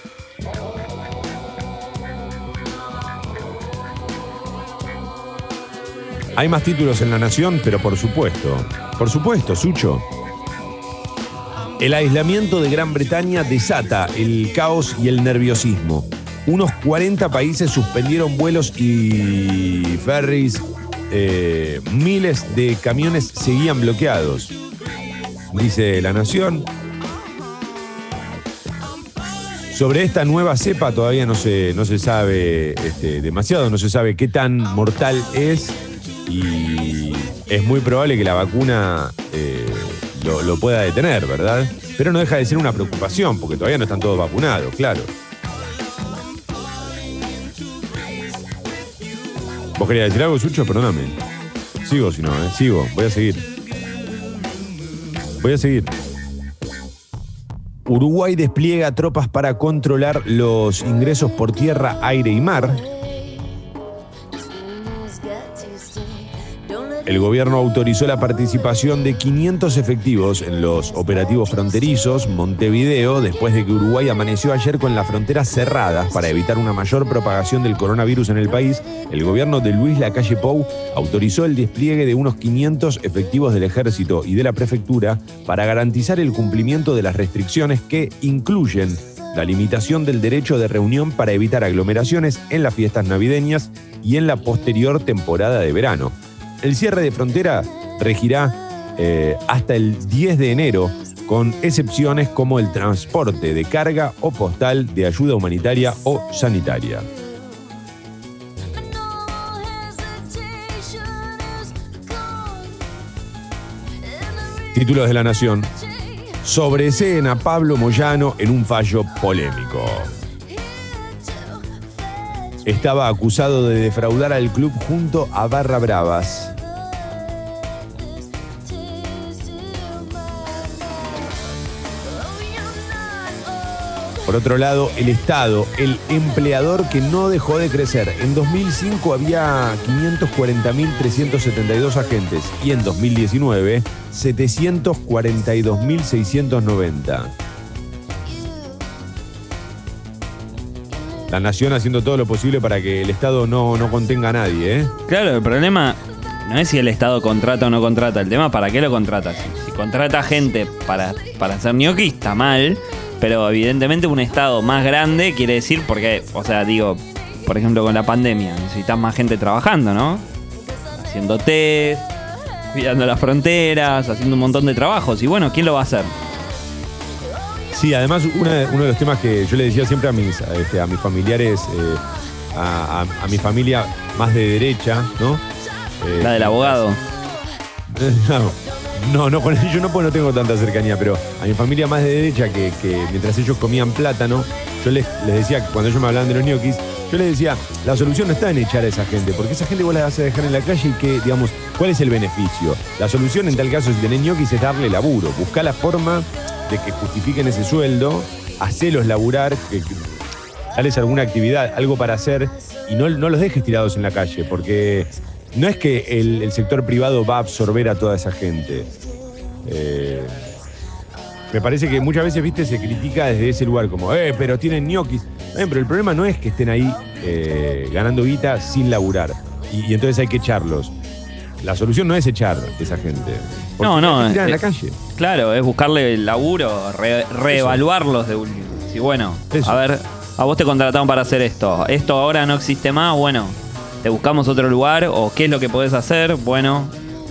Hay más títulos en La Nación, pero por supuesto, por supuesto, Sucho. El aislamiento de Gran Bretaña desata el caos y el nerviosismo. Unos cuarenta países suspendieron vuelos y ferries. Eh, miles de camiones seguían bloqueados. Dice La Nación. Sobre esta nueva cepa todavía no se, no se sabe este, demasiado, no se sabe qué tan mortal es y es muy probable que la vacuna eh, lo, lo pueda detener, ¿verdad? Pero no deja de ser una preocupación porque todavía no están todos vacunados, claro. ¿Vos querías decir algo, Sucho? Perdóname. Sigo si no, ¿eh? Sigo, voy a seguir. Voy a seguir. Uruguay despliega tropas para controlar los ingresos por tierra, aire y mar. El gobierno autorizó la participación de quinientos efectivos en los operativos fronterizos Montevideo después de que Uruguay amaneció ayer con las fronteras cerradas para evitar una mayor propagación del coronavirus en el país. El gobierno de Luis Lacalle Pou autorizó el despliegue de unos quinientos efectivos del ejército y de la prefectura para garantizar el cumplimiento de las restricciones que incluyen la limitación del derecho de reunión para evitar aglomeraciones en las fiestas navideñas y en la posterior temporada de verano. El cierre de frontera regirá eh, hasta el diez de enero, con excepciones como el transporte de carga o postal de ayuda humanitaria o sanitaria. Títulos de La Nación. Sobreseen a Pablo Moyano en un fallo polémico. Estaba acusado de defraudar al club junto a Barra Bravas. Por otro lado, el Estado, el empleador que no dejó de crecer. En dos mil cinco había quinientos cuarenta mil trescientos setenta y dos agentes y en dos mil diecinueve setecientos cuarenta y dos mil seiscientos noventa. La Nación haciendo todo lo posible para que el Estado no, no contenga a nadie, ¿eh? Claro, el problema no es si el Estado contrata o no contrata. El tema es para qué lo contrata. Si, si contrata gente para, para hacer ñoqui, está mal. Pero evidentemente un Estado más grande quiere decir, porque, o sea, digo, por ejemplo con la pandemia, necesitas más gente trabajando, ¿no? Haciendo test, cuidando las fronteras, haciendo un montón de trabajos. Y bueno, ¿quién lo va a hacer? Sí, además una, uno de los temas que yo le decía siempre a mis, a, este, a mis familiares, eh, a, a, a mi familia más de derecha, ¿no? Eh, la del abogado. No, no, no, con ellos no, pues no tengo tanta cercanía, pero a mi familia más de derecha, que, que mientras ellos comían plátano, yo les, les decía, cuando ellos me hablaban de los ñoquis, yo les decía, la solución no está en echar a esa gente, porque esa gente vos la vas a dejar en la calle y que, digamos, ¿cuál es el beneficio? La solución en tal caso, si tenés ñoquis, es darle laburo, buscar la forma de que justifiquen ese sueldo, hacelos laburar, que, que, darles alguna actividad, algo para hacer, y no, no los dejes tirados en la calle, porque no es que el, el sector privado va a absorber a toda esa gente. Eh, me parece que muchas veces, viste, se critica desde ese lugar como, eh, pero tienen ñoquis. Eh, pero el problema no es que estén ahí eh, ganando guita sin laburar. Y, y entonces hay que echarlos. La solución no es echar a esa gente. No, no. Hay que tirar es, en la calle. Claro, es buscarle el laburo, re, reevaluarlos de último. Sí, bueno, Eso. a ver, a vos te contrataron para hacer esto. Esto ahora no existe más, bueno, te buscamos otro lugar, o qué es lo que podés hacer, bueno.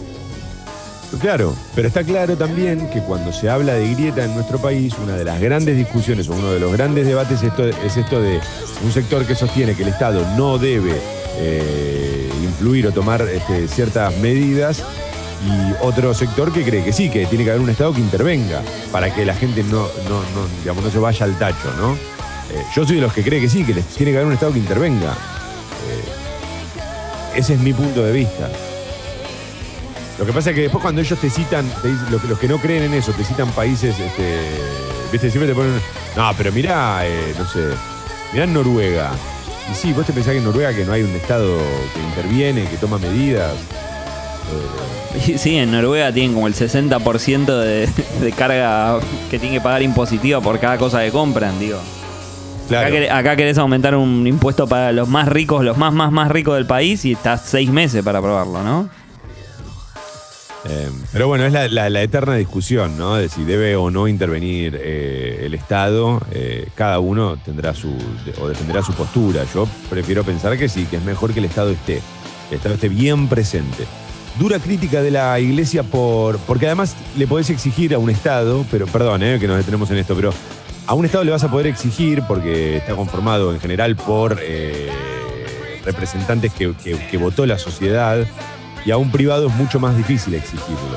Claro, pero está claro también que cuando se habla de grieta en nuestro país, una de las grandes discusiones o uno de los grandes debates es esto, es esto de un sector que sostiene que el Estado no debe eh, influir o tomar este, ciertas medidas, y otro sector que cree que sí, que tiene que haber un Estado que intervenga para que la gente no, no, no, digamos, no se vaya al tacho, ¿no? Eh, yo soy de los que cree que sí, que les tiene que haber un Estado que intervenga. Eh, ese es mi punto de vista. Lo que pasa es que después cuando ellos te citan, te dicen, los, los que no creen en eso, te citan países, este, viste, siempre te ponen, no, pero mirá, eh, no sé, mirá en Noruega. Y sí, vos te pensás que en Noruega que no hay un Estado que interviene, que toma medidas. Eh. Sí, en Noruega tienen como el sesenta por ciento de, de carga que tienen que pagar impositiva por cada cosa que compran, digo. Claro. Acá, querés, acá querés aumentar un impuesto para los más ricos, los más, más, más ricos del país y estás seis meses para aprobarlo, ¿no? Eh, pero bueno, es la, la, la eterna discusión, ¿no? De si debe o no intervenir eh, el Estado. Eh, cada uno tendrá su, o defenderá su postura. Yo prefiero pensar que sí, que es mejor que el Estado esté, que el Estado esté bien presente. Dura crítica de la Iglesia por porque además le podés exigir a un Estado, pero perdón, eh, que nos detenemos en esto, pero a un Estado le vas a poder exigir, porque está conformado en general por eh, representantes que, que, que votó la sociedad, y a un privado es mucho más difícil exigirlo.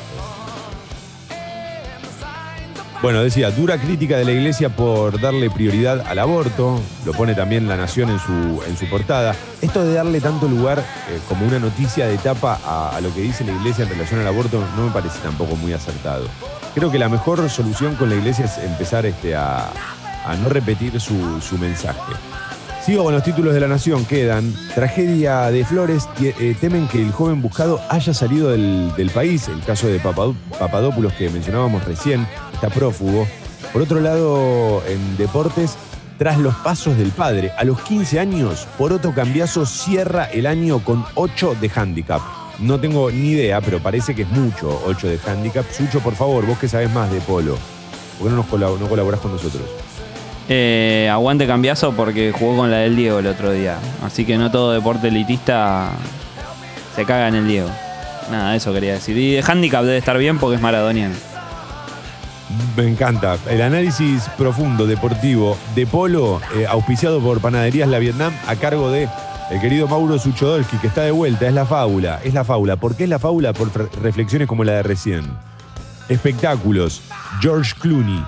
Bueno, decía, dura crítica de la Iglesia por darle prioridad al aborto, lo pone también La Nación en su, en su portada. Esto de darle tanto lugar eh, como una noticia de etapa a, a lo que dice la Iglesia en relación al aborto no me parece tampoco muy acertado. Creo que la mejor solución con la Iglesia es empezar este, a, a no repetir su, su mensaje. Sigo con los títulos de La Nación. Quedan: tragedia de Flores, eh, temen que el joven buscado haya salido del, del país. El caso de Papad- Papadopoulos que mencionábamos recién, está prófugo. Por otro lado, en deportes, tras los pasos del padre, a los quince años, Poroto Cambiaso cierra el año con ocho de handicap. No tengo ni idea, pero parece que es mucho, ocho de handicap. Sucho, por favor, vos que sabés más de polo, ¿por qué no, nos colab- no colaborás con nosotros? Eh, aguante Cambiaso porque jugó con la del Diego el otro día. Así que no todo deporte elitista se caga en el Diego. Nada, eso quería decir. Y de handicap debe estar bien porque es maradoniano. Me encanta. El análisis profundo, deportivo, de polo, eh, auspiciado por Panaderías La Vietnam, a cargo de el querido Mauro Suchodolski, que está de vuelta. Es la fábula, es la fábula. ¿Por qué es la fábula? Por re- reflexiones como la de recién. Espectáculos. George Clooney.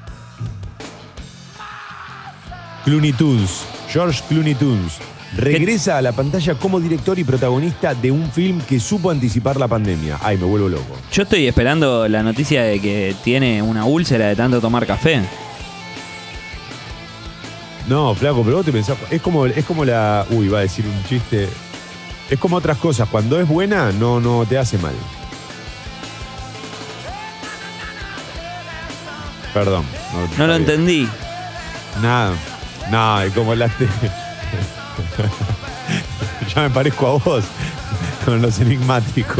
Clooney Tunes. George Clooney Tunes. Regresa a la pantalla como director y protagonista de un film que supo anticipar la pandemia. Ay, me vuelvo loco. Yo estoy esperando la noticia de que tiene una úlcera de tanto tomar café. No, flaco, pero vos te pensás, es como, es como la... Uy, va a decir un chiste. Es como otras cosas. Cuando es buena, no, no te hace mal. Perdón. No, no lo entendí. Nada. No, es como las... Te... Ya me parezco a vos con los enigmáticos.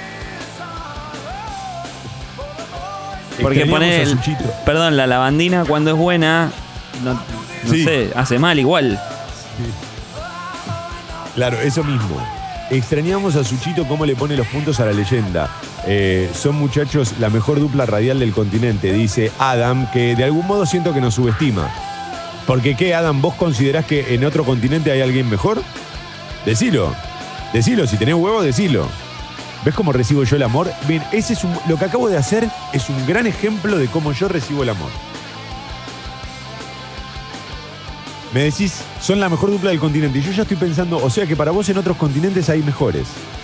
Porque poner el, perdón, la lavandina cuando es buena, no, no sí. sé, hace mal igual. Sí. Claro, eso mismo. Extrañamos a Suchito cómo le pone los puntos a la leyenda. Eh, son muchachos la mejor dupla radial del continente, dice Adam, que de algún modo siento que nos subestima. Porque ¿qué, Adam? ¿Vos considerás que en otro continente hay alguien mejor? Decilo. Decilo, si tenés huevo, decilo. ¿Ves cómo recibo yo el amor? Bien, ese es un, lo que acabo de hacer es un gran ejemplo de cómo yo recibo el amor. Me decís, son la mejor dupla del continente. Y yo ya estoy pensando, o sea que para vos en otros continentes hay mejores.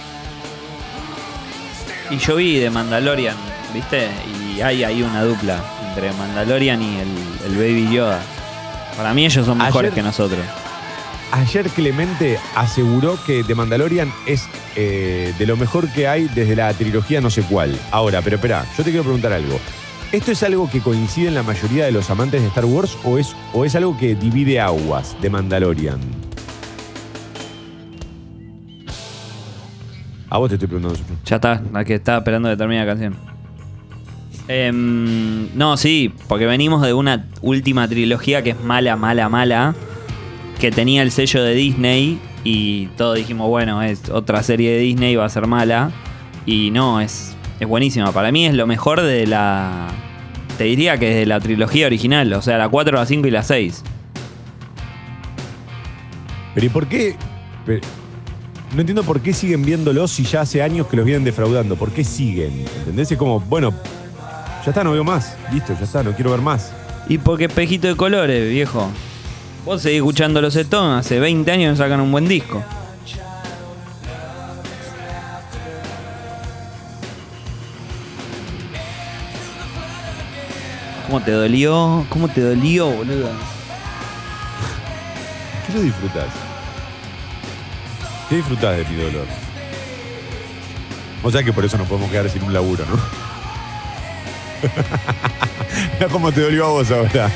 Y yo vi de Mandalorian, ¿viste? Y hay ahí una dupla entre Mandalorian y el, el Baby Yoda. Para mí ellos son mejores ayer, que nosotros. Ayer Clemente aseguró que The Mandalorian es eh, de lo mejor que hay desde la trilogía no sé cuál. Ahora, pero espera, yo te quiero preguntar algo. ¿Esto es algo que coincide en la mayoría de los amantes de Star Wars o es, o es algo que divide aguas, The Mandalorian? A vos te estoy preguntando. Ya está, la que estaba esperando que termine la canción. Eh, no, sí, porque venimos de una última trilogía que es mala, mala, mala, que tenía el sello de Disney y todos dijimos, bueno, es otra serie de Disney, va a ser mala. Y no, es, es buenísima. Para mí es lo mejor de la... Te diría que es de la trilogía original, o sea, la cuatro, la cinco y la seis. Pero ¿y por qué? Pero, no entiendo por qué siguen viéndolos si ya hace años que los vienen defraudando. ¿Por qué siguen? ¿Entendés? Es como, bueno... Ya está, no veo más. Listo, ya está, no quiero ver más. Y porque Espejito de Colores, viejo. Vos seguís escuchando los Stones, hace veinte años sacan un buen disco. ¿Cómo te dolió? ¿Cómo te dolió, boludo? ¿Qué lo disfrutás? ¿Qué disfrutás de mi dolor? O sea que por eso nos podemos quedar sin un laburo, ¿no? Mira cómo te dolió a vos ahora.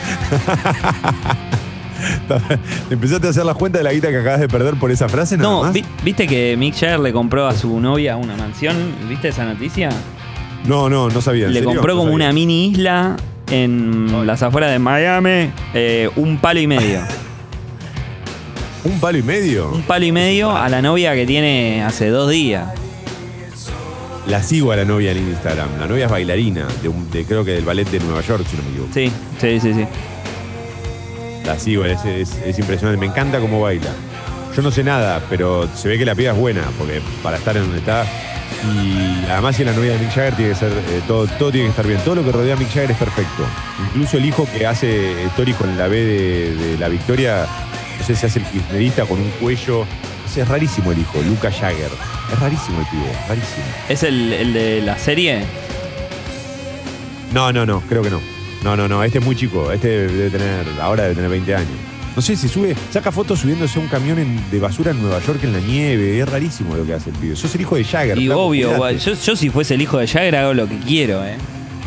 ¿Te empezaste a hacer las cuentas de la guita que acabas de perder por esa frase? Nada No, más? vi- ¿viste que Mick Jagger le compró a su novia una mansión? ¿Viste esa noticia? No, no, no sabía. ¿En Le serio? compró No como sabía. una mini isla en las afueras de Miami, eh, un palo y medio. ¿Un palo y medio? Un palo y medio a la novia que tiene hace dos días. La sigo a la novia en Instagram. La novia es bailarina, de, un- de creo que del ballet de Nueva York, si no me equivoco. Sí, sí, sí, sí. La sigo, es, es- es impresionante. Me encanta cómo baila. Yo no sé nada, pero se ve que la piba es buena, porque para estar en donde está. Y además, si es la novia de Mick Jagger, tiene que ser, eh, todo, todo tiene que estar bien. Todo lo que rodea a Mick Jagger es perfecto. Incluso el hijo que hace story con la B de, de la Victoria, no sé si hace el kirchnerista con un cuello. O sea, es rarísimo el hijo, Lucas Jagger. Es rarísimo el pibe, rarísimo. ¿Es el, el de la serie? No, no, no, creo que no. No, no, no, este es muy chico. Este debe tener, ahora debe tener veinte años. No sé, se sube, saca fotos subiéndose a un camión en- de basura en Nueva York en la nieve. Es rarísimo lo que hace el pibe. Sos el hijo de Jagger. Y flaco, obvio, cuidate. yo, yo si fuese el hijo de Jagger hago lo que quiero, ¿eh?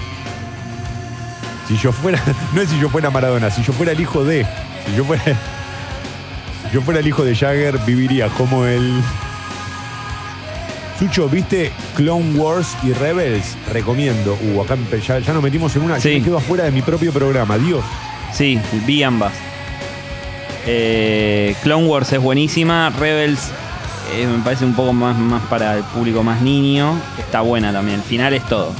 Si yo fuera, no es si yo fuera Maradona, si yo fuera el hijo de, si yo fuera, si yo fuera el hijo de Jagger, viviría como el... Sucho, ¿viste Clone Wars y Rebels? Recomiendo. Uh, acá empe- ya, ya nos metimos en una. Sí. Yo me quedo afuera de mi propio programa. Dios. Sí, vi ambas. Eh, Clone Wars es buenísima. Rebels eh, me parece un poco más, más para el público más niño. Está buena también. El final es todo.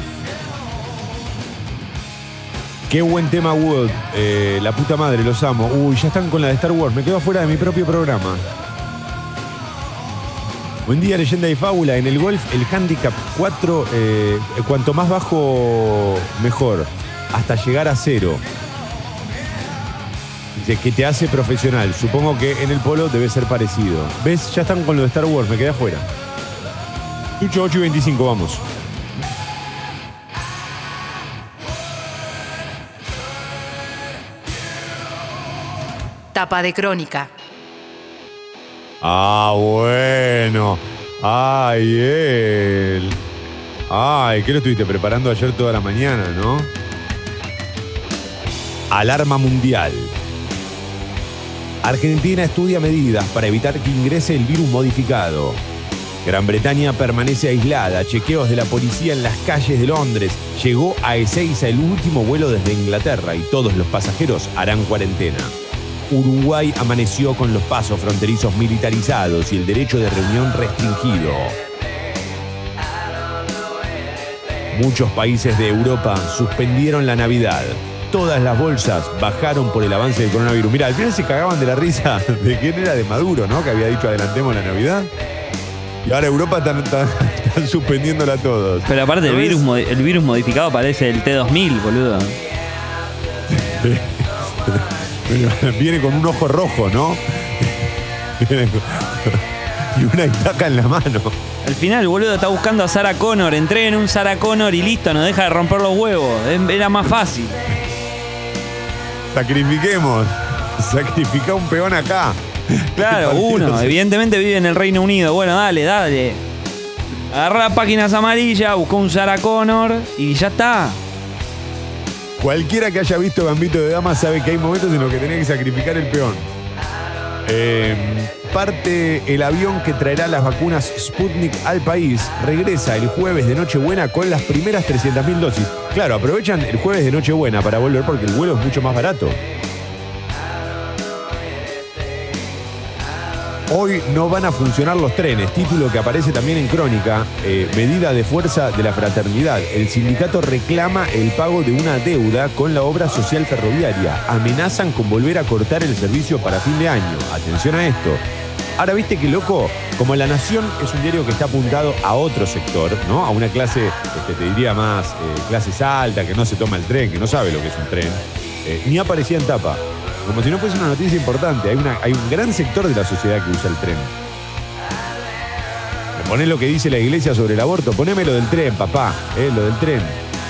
Qué buen tema, Wood. Eh, la puta madre, los amo. Uy, ya están con la de Star Wars. Me quedo afuera de mi propio programa. Buen día, leyenda y fábula. En el golf, el handicap cuatro, eh, cuanto más bajo, mejor. Hasta llegar a cero. Dice que te hace profesional. Supongo que en el polo debe ser parecido. ¿Ves? Ya están con lo de Star Wars. Me quedé afuera. Chucho, ocho y veinticinco, vamos. Tapa de crónica. Ah, bueno. Ay, él. Ay, ¿qué lo estuviste preparando ayer toda la mañana, no? Alarma mundial. Argentina estudia medidas para evitar que ingrese el virus modificado. Gran Bretaña permanece aislada. Chequeos de la policía en las calles de Londres. Llegó a Ezeiza el último vuelo desde Inglaterra y todos los pasajeros harán cuarentena. Uruguay amaneció con los pasos fronterizos militarizados y el derecho de reunión restringido. Muchos países de Europa suspendieron la Navidad. Todas las bolsas bajaron por el avance del coronavirus. Mirá, al final se cagaban de la risa de quién era de Maduro, ¿no? Que había dicho adelantemos la Navidad. Y ahora Europa están, están, están suspendiéndola todos. Pero aparte el ¿No virus, ves? mo- el virus modificado parece el T dos mil, boludo. Viene con un ojo rojo, ¿no? Viene con- y una estaca en la mano. Al final el boludo está buscando a Sarah Connor. Entré en un Sarah Connor y listo, no deja de romper los huevos. Era más fácil. Sacrifiquemos. Sacrifica un peón acá. Claro, El partido uno. se- Evidentemente vive en el Reino Unido. Bueno, dale, dale. Agarra las páginas amarillas, buscó un Sarah Connor y ya está. Cualquiera que haya visto Gambito de Dama sabe que hay momentos en los que tenés que sacrificar el peón. Eh, parte el avión que traerá las vacunas Sputnik al país. Regresa el jueves de Nochebuena con las primeras trescientas mil dosis. Claro, aprovechan el jueves de Nochebuena para volver porque el vuelo es mucho más barato. Hoy no van a funcionar los trenes, título que aparece también en Crónica, eh, medida de fuerza de la fraternidad. El sindicato reclama el pago de una deuda con la obra social ferroviaria. Amenazan con volver a cortar el servicio para fin de año. Atención a esto. Ahora, viste que loco, como La Nación es un diario que está apuntado a otro sector, ¿no? A una clase, este, te diría más, eh, clases alta, que no se toma el tren, que no sabe lo que es un tren. Eh, ni aparecía en tapa. Como si no fuese una noticia importante. Hay, una, hay un gran sector de la sociedad que usa el tren. Me ponés lo que dice la iglesia sobre el aborto. Poneme lo del tren, papá. Eh, lo del tren.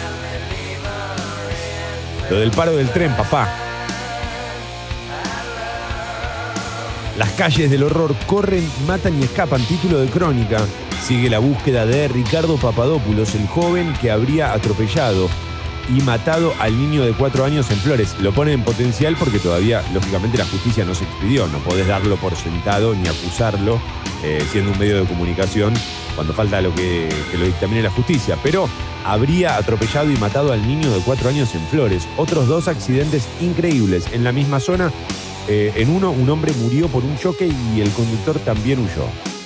Lo del paro del tren, papá. Las calles del horror corren, matan y escapan. Título de crónica. Sigue la búsqueda de Ricardo Papadopoulos, el joven que habría atropellado y matado al niño de cuatro años en Flores. Lo pone en potencial porque todavía, lógicamente, la justicia no se expidió. No podés darlo por sentado ni acusarlo, eh, siendo un medio de comunicación, cuando falta lo que, que lo dictamine la justicia. Pero habría atropellado y matado al niño de cuatro años en Flores. Otros dos accidentes increíbles en la misma zona. Eh, en uno, un hombre murió por un choque y el conductor también huyó.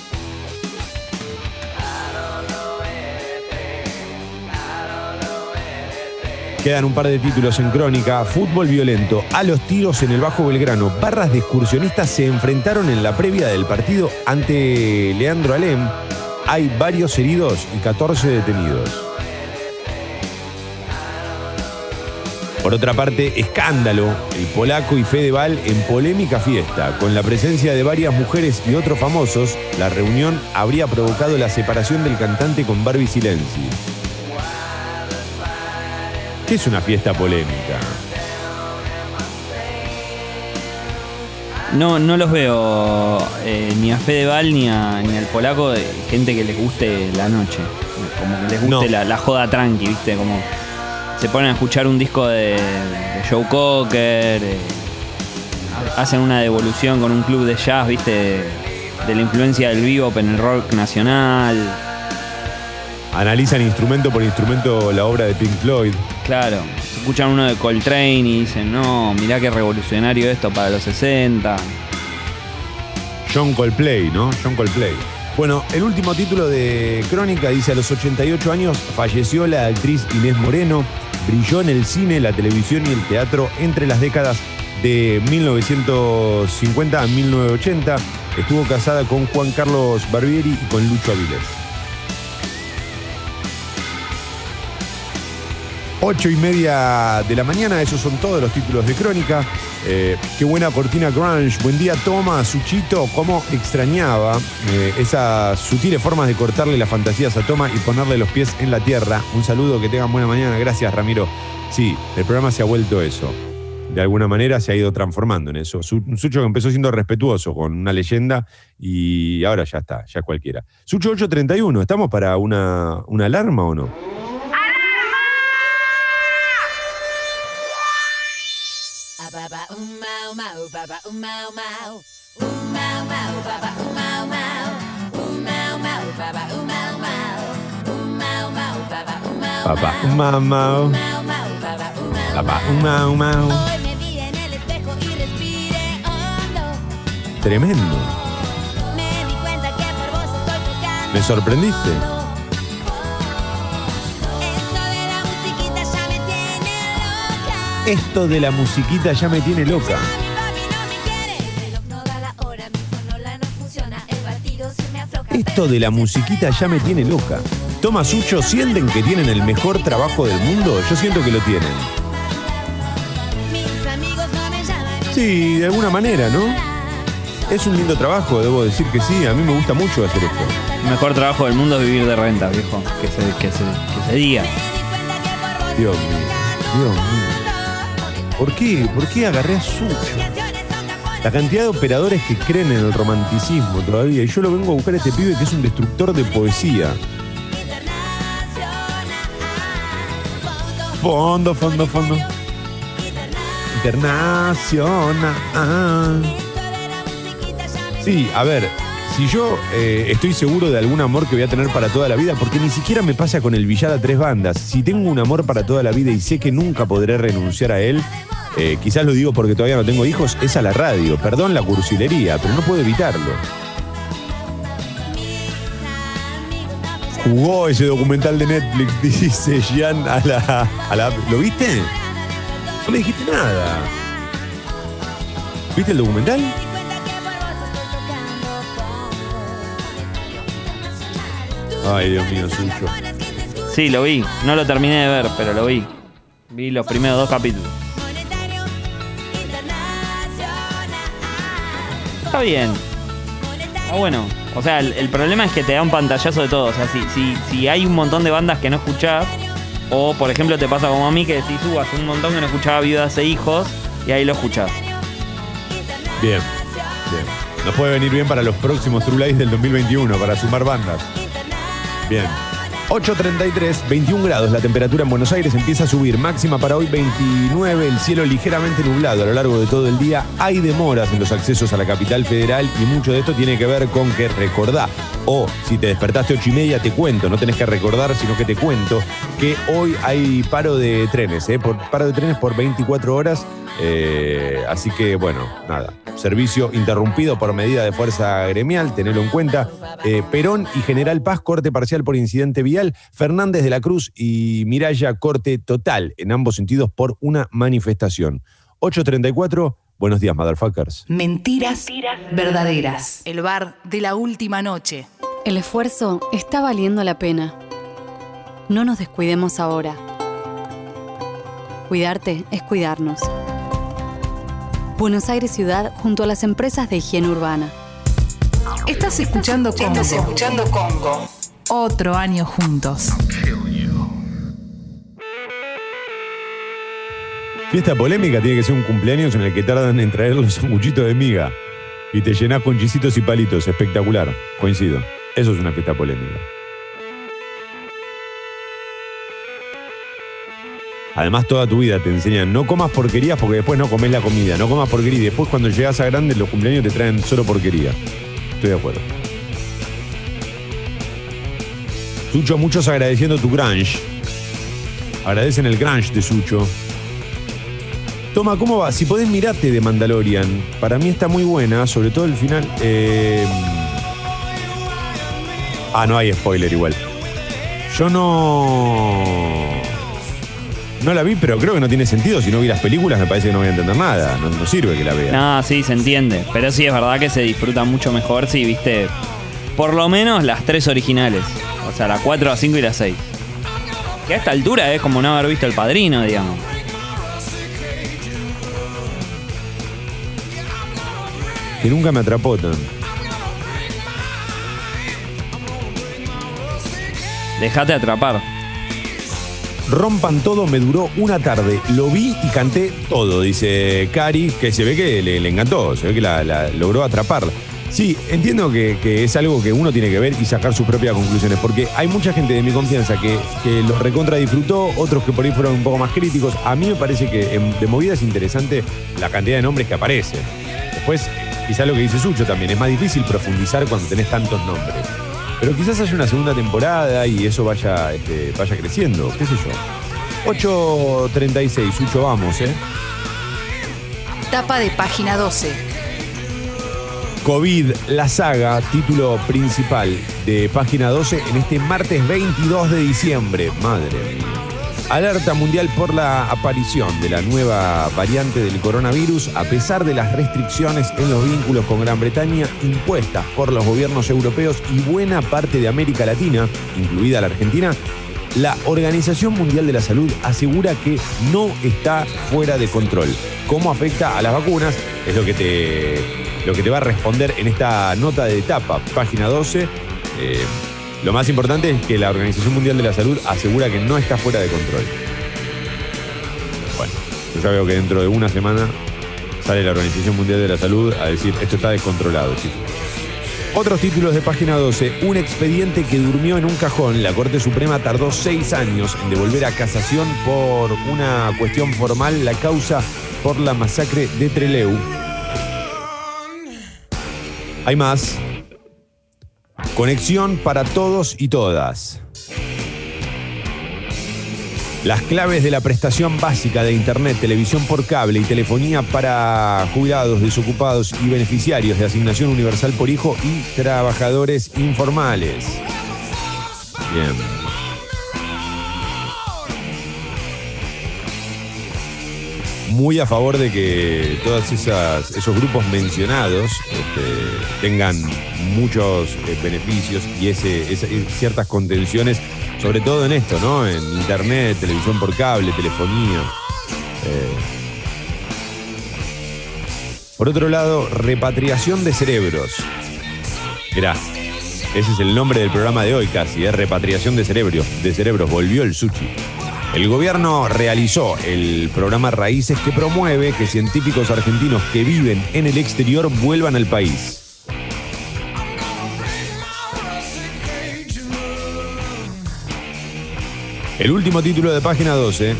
Quedan un par de títulos en crónica. Fútbol violento, a los tiros en el Bajo Belgrano. Barras de excursionistas se enfrentaron en la previa del partido ante Leandro Alem. Hay varios heridos y catorce detenidos. Por otra parte, escándalo. El polaco y Fedeval en polémica fiesta. Con la presencia de varias mujeres y otros famosos, la reunión habría provocado la separación del cantante con Barbie Silenzi. ¿Qué es una fiesta polémica? No, no los veo eh, ni a Fedeval ni, a, ni al polaco, de gente que les guste la noche. Como que les guste no. la, la joda tranqui, ¿viste? Como se ponen a escuchar un disco de, de Joe Cocker, eh, hacen una devolución con un club de jazz, ¿viste? De, de la influencia del bebop en el rock nacional. Analizan instrumento por instrumento la obra de Pink Floyd. Claro, escuchan uno de Coltrane y dicen, no, mirá qué revolucionario esto para los sesenta. John Coldplay, ¿no? John Coldplay. Bueno, el último título de crónica dice: a los ochenta y ocho años falleció la actriz Inés Moreno. Brilló en el cine, la televisión y el teatro entre las décadas de mil novecientos cincuenta a mil novecientos ochenta. Estuvo casada con Juan Carlos Barbieri y con Lucho Avilés. Ocho y media de la mañana, esos son todos los títulos de crónica. Eh, qué buena cortina grunge. Buen día, Toma, Suchito. Cómo extrañaba eh, esas sutiles formas de cortarle las fantasías a Toma y ponerle los pies en la tierra. Un saludo, que tengan buena mañana. Gracias, Ramiro. Sí, el programa se ha vuelto eso. De alguna manera se ha ido transformando en eso. Un Sucho que empezó siendo respetuoso con una leyenda y ahora ya está, ya cualquiera. Sucho ocho treinta y uno, ¿estamos para una, una alarma o no? Papá, un mau mau. Papá, un mau mau. Tremendo. Me sorprendiste. Esto de la musiquita ya me tiene loca. Esto de la musiquita ya me tiene loca. Toma, Sucho, ¿sienten que tienen el mejor trabajo del mundo? Yo siento que lo tienen. Sí, de alguna manera, ¿no? Es un lindo trabajo, debo decir que sí. A mí me gusta mucho hacer esto. El mejor trabajo del mundo es vivir de renta, viejo. Que se, que se, que se diga. Dios mío, Dios mío. ¿Por qué? ¿Por qué agarré a Sucho? La cantidad de operadores que creen en el romanticismo todavía. Y yo lo vengo a buscar a este pibe que es un destructor de poesía. Fondo, fondo, fondo. Internacional. Sí, a ver, si yo eh, estoy seguro de algún amor que voy a tener para toda la vida, porque ni siquiera me pasa con el Villar a tres bandas. Si tengo un amor para toda la vida y sé que nunca podré renunciar a él, eh, quizás lo digo porque todavía no tengo hijos, es a la radio. Perdón la cursilería, pero no puedo evitarlo. Jugó ese documental de Netflix, dice Gian a la, a la... ¿Lo viste? No le dijiste nada. ¿Viste el documental? Ay, Dios mío, Sucho. Sí, lo vi. No lo terminé de ver, pero lo vi. Vi los primeros dos capítulos. Está bien. Ah, bueno. O sea, el, el problema es que te da un pantallazo de todo. O sea, si, si, si hay un montón de bandas que no escuchás, o por ejemplo te pasa como a mí que decís, uh, hace un montón que no escuchaba Viudas e Hijos, y ahí lo escuchás. Bien, bien. Nos puede venir bien para los próximos True Lies del dos mil veintiuno, para sumar bandas. Bien. ocho treinta y tres, veintiún grados la temperatura en Buenos Aires, empieza a subir, máxima para hoy veintinueve, el cielo ligeramente nublado a lo largo de todo el día, hay demoras en los accesos a la capital federal y mucho de esto tiene que ver con que recordá, o si te despertaste ocho y media te cuento, no tenés que recordar sino que te cuento, que hoy hay paro de trenes, ¿eh? por, paro de trenes por veinticuatro horas, eh, así que bueno, nada. Servicio interrumpido por medida de fuerza gremial, tenelo en cuenta. Eh, Perón y General Paz, corte parcial por incidente vial. Fernández de la Cruz y Miralla, corte total en ambos sentidos por una manifestación. ocho treinta y cuatro, buenos días, motherfuckers. Mentiras, Mentiras verdaderas. El bar de la última noche. El esfuerzo está valiendo la pena. No nos descuidemos ahora. Cuidarte es cuidarnos. Buenos Aires Ciudad junto a las empresas de higiene urbana. Estás escuchando Congo. Estás escuchando Congo. Otro año juntos. Fiesta polémica tiene que ser un cumpleaños en el que tardan en traer los sanguchitos de miga y te llenás con chisitos y palitos. Espectacular. Coincido. Eso es una fiesta polémica. Además, toda tu vida te enseñan, no comas porquerías porque después no comes la comida. No comas porquería y después cuando llegas a grande los cumpleaños te traen solo porquería. Estoy de acuerdo. Sucho, muchos agradeciendo tu grunge. Agradecen el grunge de Sucho. Toma, ¿cómo va? Si podés mirarte de Mandalorian. Para mí está muy buena, sobre todo el final. Eh... Ah, no hay spoiler igual. Yo no... No la vi, pero creo que no tiene sentido. Si no vi las películas, me parece que no voy a entender nada. No, no sirve que la vea. No, sí, se entiende. Pero sí es verdad que se disfruta mucho mejor si viste por lo menos las tres originales. O sea, la cuatro, la cinco y la seis. Que a esta altura es como no haber visto El Padrino, digamos. Que nunca me atrapó tan. Dejate atrapar. Rompan todo, me duró una tarde. Lo vi y canté todo, dice Cari, que se ve que le, le encantó, se ve que la, la logró atraparla. Sí, entiendo que, que es algo que uno tiene que ver y sacar sus propias conclusiones, porque hay mucha gente de mi confianza que, que lo recontra disfrutó, otros que por ahí fueron un poco más críticos. A mí me parece que en, de movida es interesante la cantidad de nombres que aparecen. Después, quizás lo que dice Sucho también, es más difícil profundizar cuando tenés tantos nombres. Pero quizás haya una segunda temporada y eso vaya, este, vaya creciendo, qué sé yo. ocho treinta y seis, Sucho, vamos, ¿eh? Tapa de página doce. COVID, la saga, título principal de página doce en este martes veintidós de diciembre. Madre mía. Alerta mundial por la aparición de la nueva variante del coronavirus a pesar de las restricciones en los vínculos con Gran Bretaña impuestas por los gobiernos europeos y buena parte de América Latina, incluida la Argentina. La Organización Mundial de la Salud asegura que no está fuera de control. ¿Cómo afecta a las vacunas? Es lo que te, lo que te va a responder en esta nota de etapa, página doce. Eh, Lo más importante es que la Organización Mundial de la Salud asegura que no está fuera de control. Bueno, yo ya veo que dentro de una semana sale la Organización Mundial de la Salud a decir esto está descontrolado, chicos. Otros títulos de página doce. Un expediente que durmió en un cajón. La Corte Suprema tardó seis años en devolver a casación por una cuestión formal la causa por la masacre de Trelew. Hay más. Conexión para todos y todas. Las claves de la prestación básica de internet, televisión por cable y telefonía para jubilados, desocupados y beneficiarios de asignación universal por hijo y trabajadores informales. Bien. Muy a favor de que todos esos grupos mencionados este, tengan muchos eh, beneficios y ese, ese, ciertas contenciones, sobre todo en esto, ¿no? En internet, televisión por cable, telefonía. Eh. Por otro lado, repatriación de cerebros. Mirá, ese es el nombre del programa de hoy casi, ¿eh? Repatriación de cerebros. De cerebros, volvió el sushi. El gobierno realizó el programa Raíces que promueve que científicos argentinos que viven en el exterior vuelvan al país. El último título de página doce.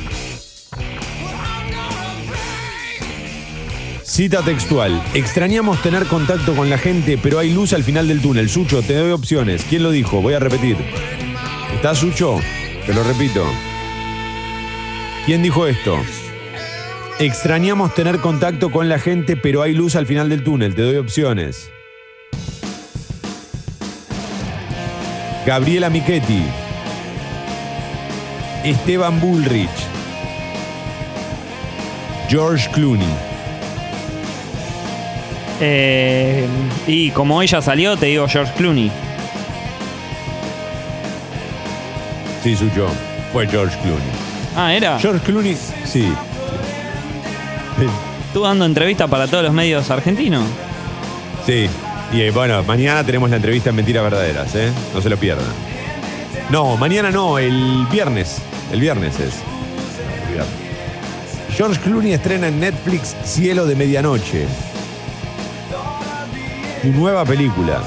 Cita textual. Extrañamos tener contacto con la gente, pero hay luz al final del túnel. Sucho, te doy opciones. ¿Quién lo dijo? Voy a repetir. ¿Estás, Sucho? Te lo repito. ¿Quién dijo esto? Extrañamos tener contacto con la gente, pero hay luz al final del túnel. Te doy opciones. Gabriela Michetti. Esteban Bullrich. George Clooney. Eh, y como ella salió, te digo George Clooney. Sí, Sucho. Fue George Clooney. Ah, ¿era? George Clooney, sí. sí. ¿Tú dando entrevistas para todos los medios argentinos? Sí. Y eh, bueno, mañana tenemos la entrevista en Mentiras Verdaderas, ¿eh? No se lo pierdan. No, mañana no, el viernes. El viernes es. El viernes. George Clooney estrena en Netflix Cielo de Medianoche. Su nueva película.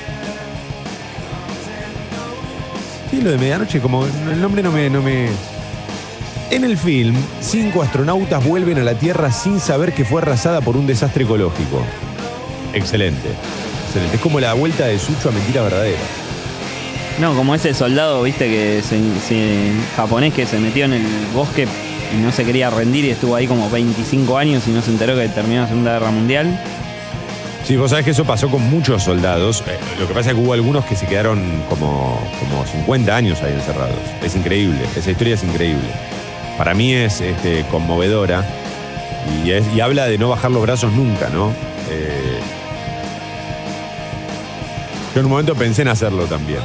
Cielo de Medianoche, como el nombre no me... No me... En el film, cinco astronautas vuelven a la Tierra sin saber que fue arrasada por un desastre ecológico. Excelente. Excelente. Es como la vuelta de Sucho a Mentira Verdadera. No, como ese soldado, viste, que se, se, japonés que se metió en el bosque y no se quería rendir y estuvo ahí como veinticinco años y no se enteró que terminó la Segunda Guerra Mundial. Sí, vos sabés que eso pasó con muchos soldados. Eh, lo que pasa es que hubo algunos que se quedaron como, como cincuenta años ahí encerrados. Es increíble. Esa historia es increíble. Para mí es este, conmovedora y, es, y habla de no bajar los brazos nunca, ¿no? Eh, yo en un momento pensé en hacerlo también.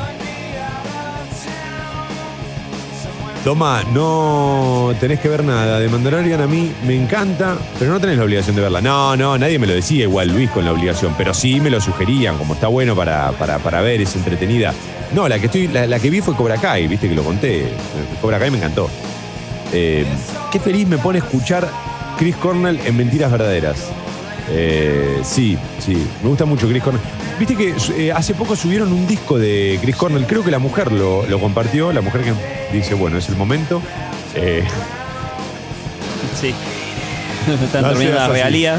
Toma, no tenés que ver nada. De Mandalorian a mí me encanta, pero no tenés la obligación de verla. No, no, nadie me lo decía igual, Luis, con la obligación, pero sí me lo sugerían, como está bueno para, para, para ver, es entretenida. No, la que, estoy, la, la que vi fue Cobra Kai, viste que lo conté. Cobra Kai me encantó. Eh, qué feliz me pone escuchar Chris Cornell en Mentiras Verdaderas. Eh, sí, sí, me gusta mucho Chris Cornell. Viste que eh, hace poco subieron un disco de Chris Cornell, creo que la mujer lo, lo compartió, la mujer que dice, bueno, es el momento. Eh, sí. Están no terminando la realidad.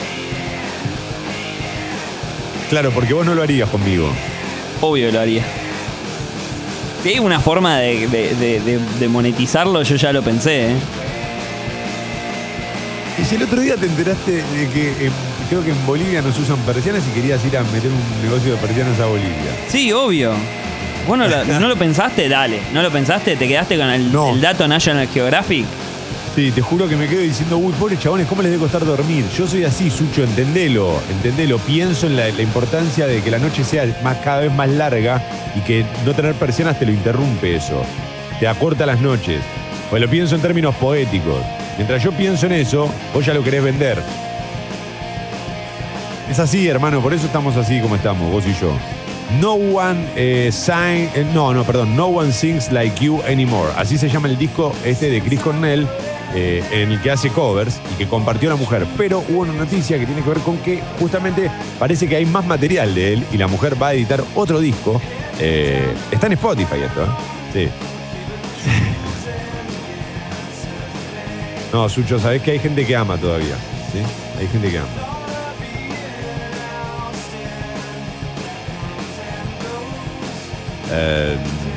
Claro, porque vos no lo harías conmigo. Obvio que lo haría. Si hay una forma de, de, de, de, de monetizarlo, yo ya lo pensé, ¿eh? Y si el otro día te enteraste de que eh, creo que en Bolivia no se usan persianas y querías ir a meter un negocio de persianas a Bolivia. Sí, obvio. Bueno, ¿no lo pensaste? Dale. ¿No lo pensaste? ¿Te quedaste con el, no. el dato National Geographic? Sí, te juro que me quedo diciendo, uy, pobres chabones, ¿cómo les debe costar dormir? Yo soy así, Sucho, entendelo, entendelo. Pienso en la, la importancia de que la noche sea más, cada vez más larga y que no tener persianas te lo interrumpe eso. Te acorta las noches. Pues lo pienso en términos poéticos. Mientras yo pienso en eso, vos ya lo querés vender. Es así, hermano, por eso estamos así como estamos, vos y yo. No one eh, sign, eh, no, no, perdón, No One Sings Like You Anymore. Así se llama el disco este de Chris Cornell, eh, en el que hace covers y que compartió la mujer. Pero hubo una noticia que tiene que ver con que justamente parece que hay más material de él y la mujer va a editar otro disco. Eh, está en Spotify esto, ¿eh? Sí. No, Sucho, sabés que hay gente que ama todavía, ¿sí? Hay gente que ama. Eh,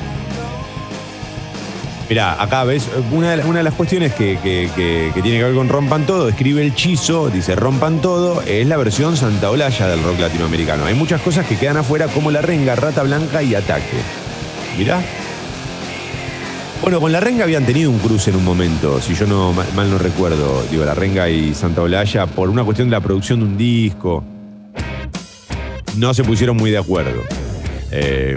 mirá, acá ves, una de, una de las cuestiones que, que, que, que tiene que ver con Rompan Todo, escribe el Chizo, dice Rompan Todo, es la versión Santa Olalla del rock latinoamericano. Hay muchas cosas que quedan afuera, como La Renga, Rata Blanca y Ataque. Mirá. Bueno, con La Renga habían tenido un cruce en un momento, si yo no mal no recuerdo, digo, La Renga y Santa Olalla, por una cuestión de la producción de un disco. No se pusieron muy de acuerdo. Eh...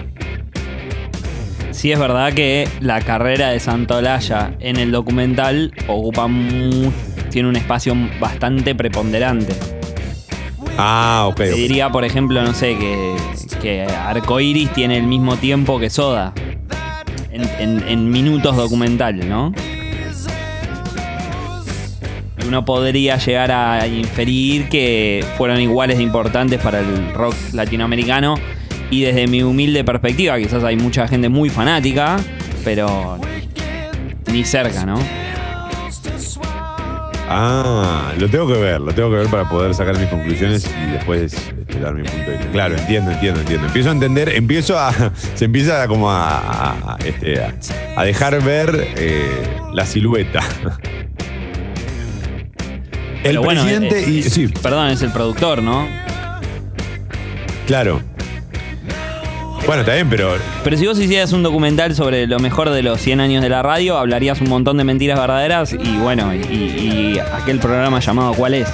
Sí, es verdad que la carrera de Santa Olalla en el documental ocupa muy, tiene un espacio bastante preponderante. Ah, ok. Te okay. diría, por ejemplo, no sé, que, que Arcoiris tiene el mismo tiempo que Soda. En, en, en minutos documental, ¿no? Uno podría llegar a inferir que fueron iguales de importantes para el rock latinoamericano. Y desde mi humilde perspectiva, quizás hay mucha gente muy fanática, pero ni cerca, ¿no? Ah, lo tengo que ver, lo tengo que ver para poder sacar mis conclusiones y después este, dar mi punto de vista. Claro, entiendo, entiendo, entiendo. Empiezo a entender, empiezo a. Se empieza a, como a, a, a, este, a, a dejar ver eh, la silueta. El Pero bueno, presidente eh, y. Sí. Perdón, es el productor, ¿no? Claro. Bueno, está bien, pero. Pero si vos hicieras un documental sobre lo mejor de los cien años de la radio, hablarías un montón de mentiras verdaderas y bueno, y, y aquel programa llamado ¿Cuál es?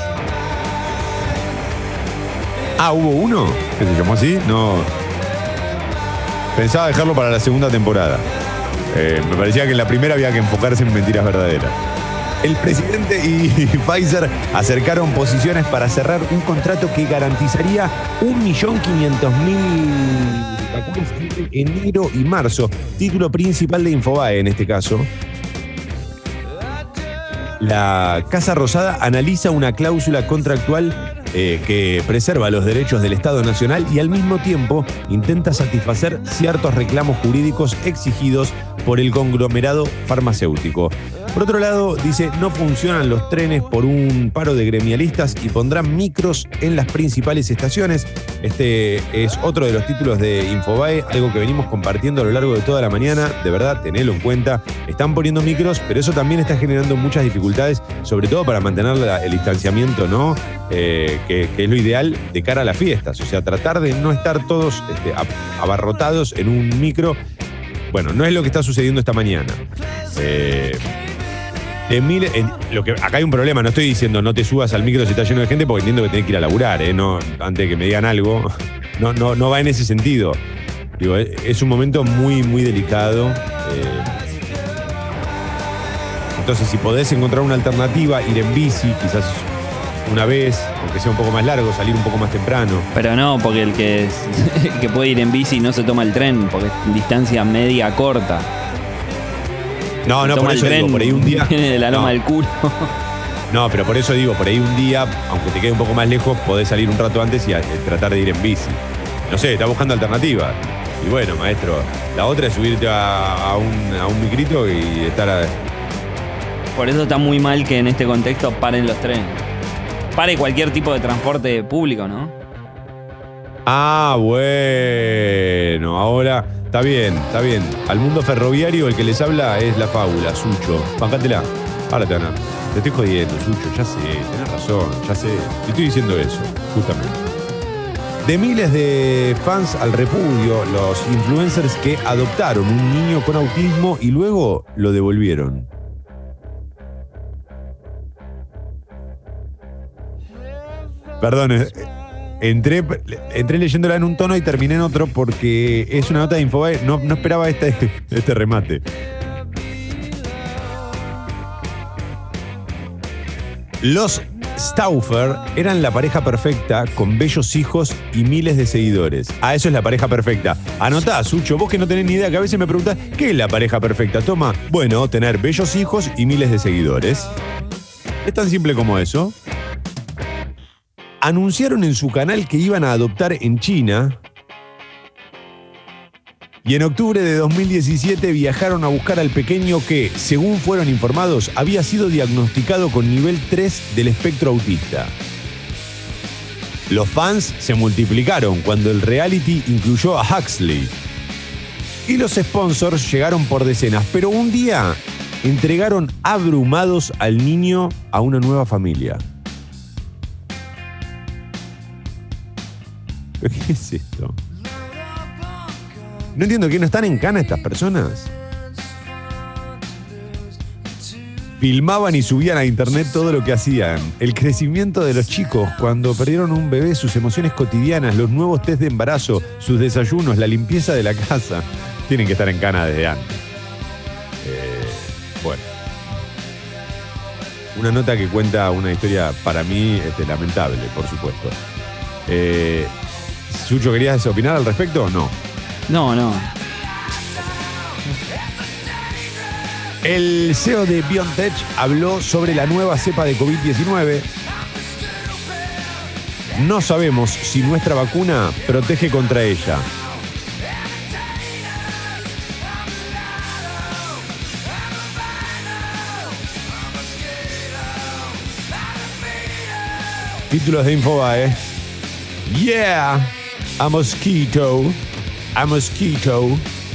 Ah, ¿hubo uno? ¿Que se llamó así? No. Pensaba dejarlo para la segunda temporada. Eh, me parecía que en la primera había que enfocarse en mentiras verdaderas. El presidente y Pfizer acercaron posiciones para cerrar un contrato que garantizaría un millón quinientos mil vacunas entre enero y marzo. Título principal de Infobae en este caso. La Casa Rosada analiza una cláusula contractual eh, que preserva los derechos del Estado Nacional y al mismo tiempo intenta satisfacer ciertos reclamos jurídicos exigidos por el conglomerado farmacéutico. Por otro lado, dice, no funcionan los trenes por un paro de gremialistas y pondrán micros en las principales estaciones. Este es otro de los títulos de Infobae, algo que venimos compartiendo a lo largo de toda la mañana. De verdad, tenedlo en cuenta. Están poniendo micros, pero eso también está generando muchas dificultades, sobre todo para mantener la, el distanciamiento, ¿no? Eh, que, que es lo ideal de cara a las fiestas. O sea, tratar de no estar todos este, abarrotados en un micro. Bueno, no es lo que está sucediendo esta mañana. Eh... En mil, en, lo que, acá hay un problema, no estoy diciendo no te subas al micro si está lleno de gente porque entiendo que tenés que ir a laburar, ¿eh? No, antes de que me digan algo, no, no, no va en ese sentido. Digo, es un momento muy, muy delicado. Eh, entonces, si podés encontrar una alternativa, ir en bici, quizás una vez, aunque sea un poco más largo, salir un poco más temprano. Pero no, porque el que, el que puede ir en bici no se toma el tren, porque es distancia media corta. No, no, por eso digo, por ahí un día. Viene de la loma no. del culo. No, pero por eso digo, por ahí un día, aunque te quede un poco más lejos, podés salir un rato antes y a, tratar de ir en bici. No sé, estás buscando alternativas. Y bueno, maestro, la otra es subirte a, a, un, a un micrito y estar a... Por eso está muy mal que en este contexto paren los trenes. Pare cualquier tipo de transporte público, ¿no? Ah, bueno, ahora... Está bien, está bien. Al mundo ferroviario el que les habla es la fábula, Sucho. Bancátela. Ahora te van a... Te estoy jodiendo, Sucho, ya sé, tenés razón, ya sé. Te estoy diciendo eso, justamente. De miles de fans al repudio, los influencers que adoptaron un niño con autismo y luego lo devolvieron. Perdón, Entré, entré leyéndola en un tono y terminé en otro porque es una nota de Infobae. No, no esperaba este, este remate. Los Stauffer eran la pareja perfecta con bellos hijos y miles de seguidores. Ah, eso es la pareja perfecta. Anotá, Sucho, vos que no tenés ni idea, que a veces me preguntás, ¿qué es la pareja perfecta? Toma, bueno, tener bellos hijos y miles de seguidores. Es tan simple como eso. Anunciaron en su canal que iban a adoptar en China y en octubre de dos mil diecisiete viajaron a buscar al pequeño que, según fueron informados, había sido diagnosticado con nivel tres del espectro autista. Los fans se multiplicaron cuando el reality incluyó a Huxley y los sponsors llegaron por decenas, pero un día entregaron abrumados al niño a una nueva familia. ¿Qué es esto? No entiendo que no están en cana estas personas. Filmaban y subían a internet todo lo que hacían. El crecimiento de los chicos cuando perdieron un bebé, sus emociones cotidianas, los nuevos test de embarazo, sus desayunos, la limpieza de la casa. Tienen que estar en cana desde antes. Eh, bueno. Una nota que cuenta una historia para mí este, lamentable, por supuesto. Eh, Sucho, ¿querías opinar al respecto? No. No, no. El C E O de BioNTech habló sobre la nueva cepa de COVID diecinueve. No sabemos si nuestra vacuna protege contra ella. Títulos de Infobae. Yeah, a mosquito, a mosquito.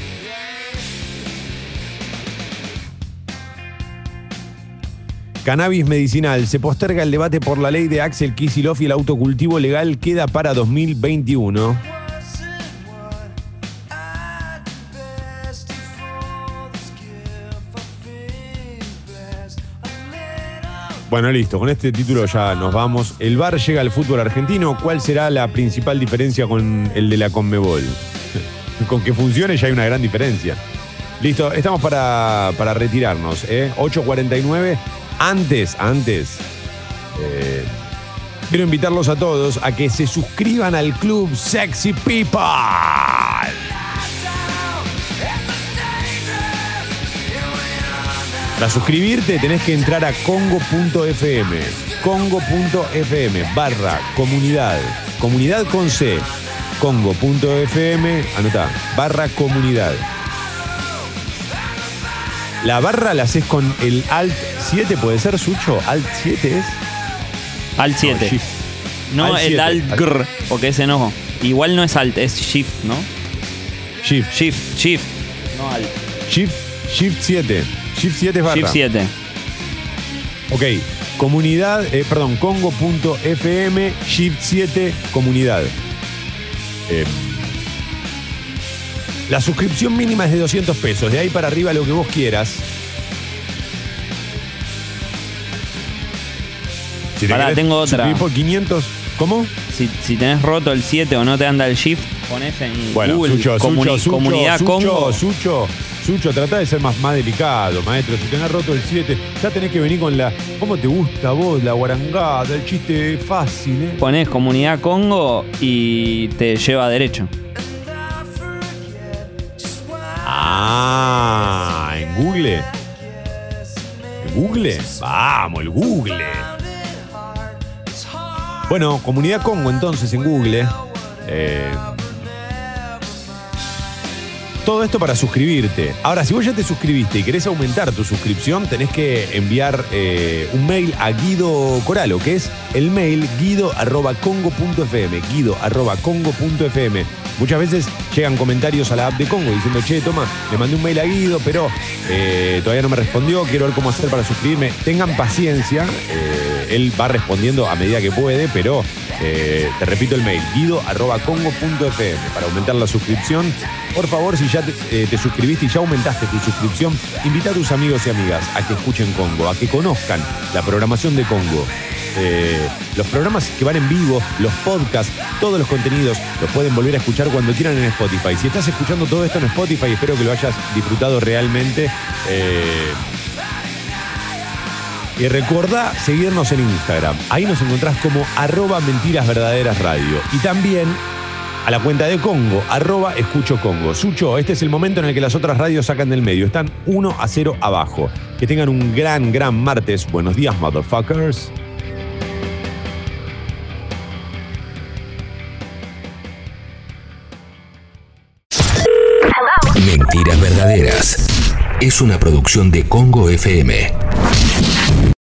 Cannabis medicinal. Se posterga el debate por la ley de Axel Kicillof y el autocultivo legal queda para dos mil veintiuno. Bueno, listo. Con este título ya nos vamos. El V A R llega al fútbol argentino. ¿Cuál será la principal diferencia con el de la Conmebol? Con que funcione ya hay una gran diferencia. Listo, estamos para, para retirarnos. ¿eh? ocho cuarenta y nueve. Antes, antes, eh, quiero invitarlos a todos a que se suscriban al Club Sexy People. Para suscribirte tenés que entrar a congo punto f m, congo punto f m barra comunidad, comunidad con C, congo punto f m, anotá, barra comunidad. La barra la haces con el Alt siete, ¿puede ser, Sucho? ¿Alt siete es? Alt siete. No, no Alt el siete. Alt grr, porque ese no. Igual no es Alt, es Shift, ¿no? Shift. Shift, Shift. No Alt. Shift, Shift siete. Shift siete es barra. Shift siete. Ok. Comunidad, eh, perdón, congo punto f m, Shift siete, comunidad. Eh, La suscripción mínima es de doscientos pesos. De ahí para arriba lo que vos quieras. Si Pará, tengo otra. Por quinientos. ¿Cómo? Si, si tenés roto el siete o no te anda el Shift, ponés en bueno, Google Sucho, comuni Sucho, Sucho, comunidad Sucho, Congo. Sucho, Sucho, tratá de ser más, más delicado, maestro. Si tenés roto el siete, ya tenés que venir con la... ¿Cómo te gusta a vos la guarangada, el chiste fácil, eh? Ponés comunidad Congo y te lleva derecho. Ah, ¿en Google? ¿En Google? Vamos, el Google. Bueno, Comunidad Congo entonces en Google. Eh, todo esto para suscribirte. Ahora, si vos ya te suscribiste y querés aumentar tu suscripción, tenés que enviar eh, un mail a Guido Coralo, que es el mail guido arroba congo punto f m, guido arroba congo punto f m. Muchas veces llegan comentarios a la app de Congo diciendo, che, toma, le mandé un mail a Guido, pero eh, todavía no me respondió, quiero ver cómo hacer para suscribirme. Tengan paciencia, eh, él va respondiendo a medida que puede, pero eh, te repito el mail, guido arroba congo punto f m, para aumentar la suscripción. Por favor, si ya te, eh, te suscribiste y ya aumentaste tu suscripción, invita a tus amigos y amigas a que escuchen Congo, a que conozcan la programación de Congo. Eh, los programas que van en vivo, los podcasts, todos los contenidos los pueden volver a escuchar cuando quieran en Spotify. Si estás escuchando todo esto en Spotify, espero que lo hayas disfrutado realmente. Eh, y recordá seguirnos en Instagram. Ahí nos encontrás como arroba mentiras verdaderas radio. Y también a la cuenta de Congo, arroba escucho Congo. Sucho, este es el momento en el que las otras radios sacan del medio. Están uno a cero abajo. Que tengan un gran, gran martes. Buenos días, motherfuckers. Mentiras verdaderas. Es una producción de Congo F M.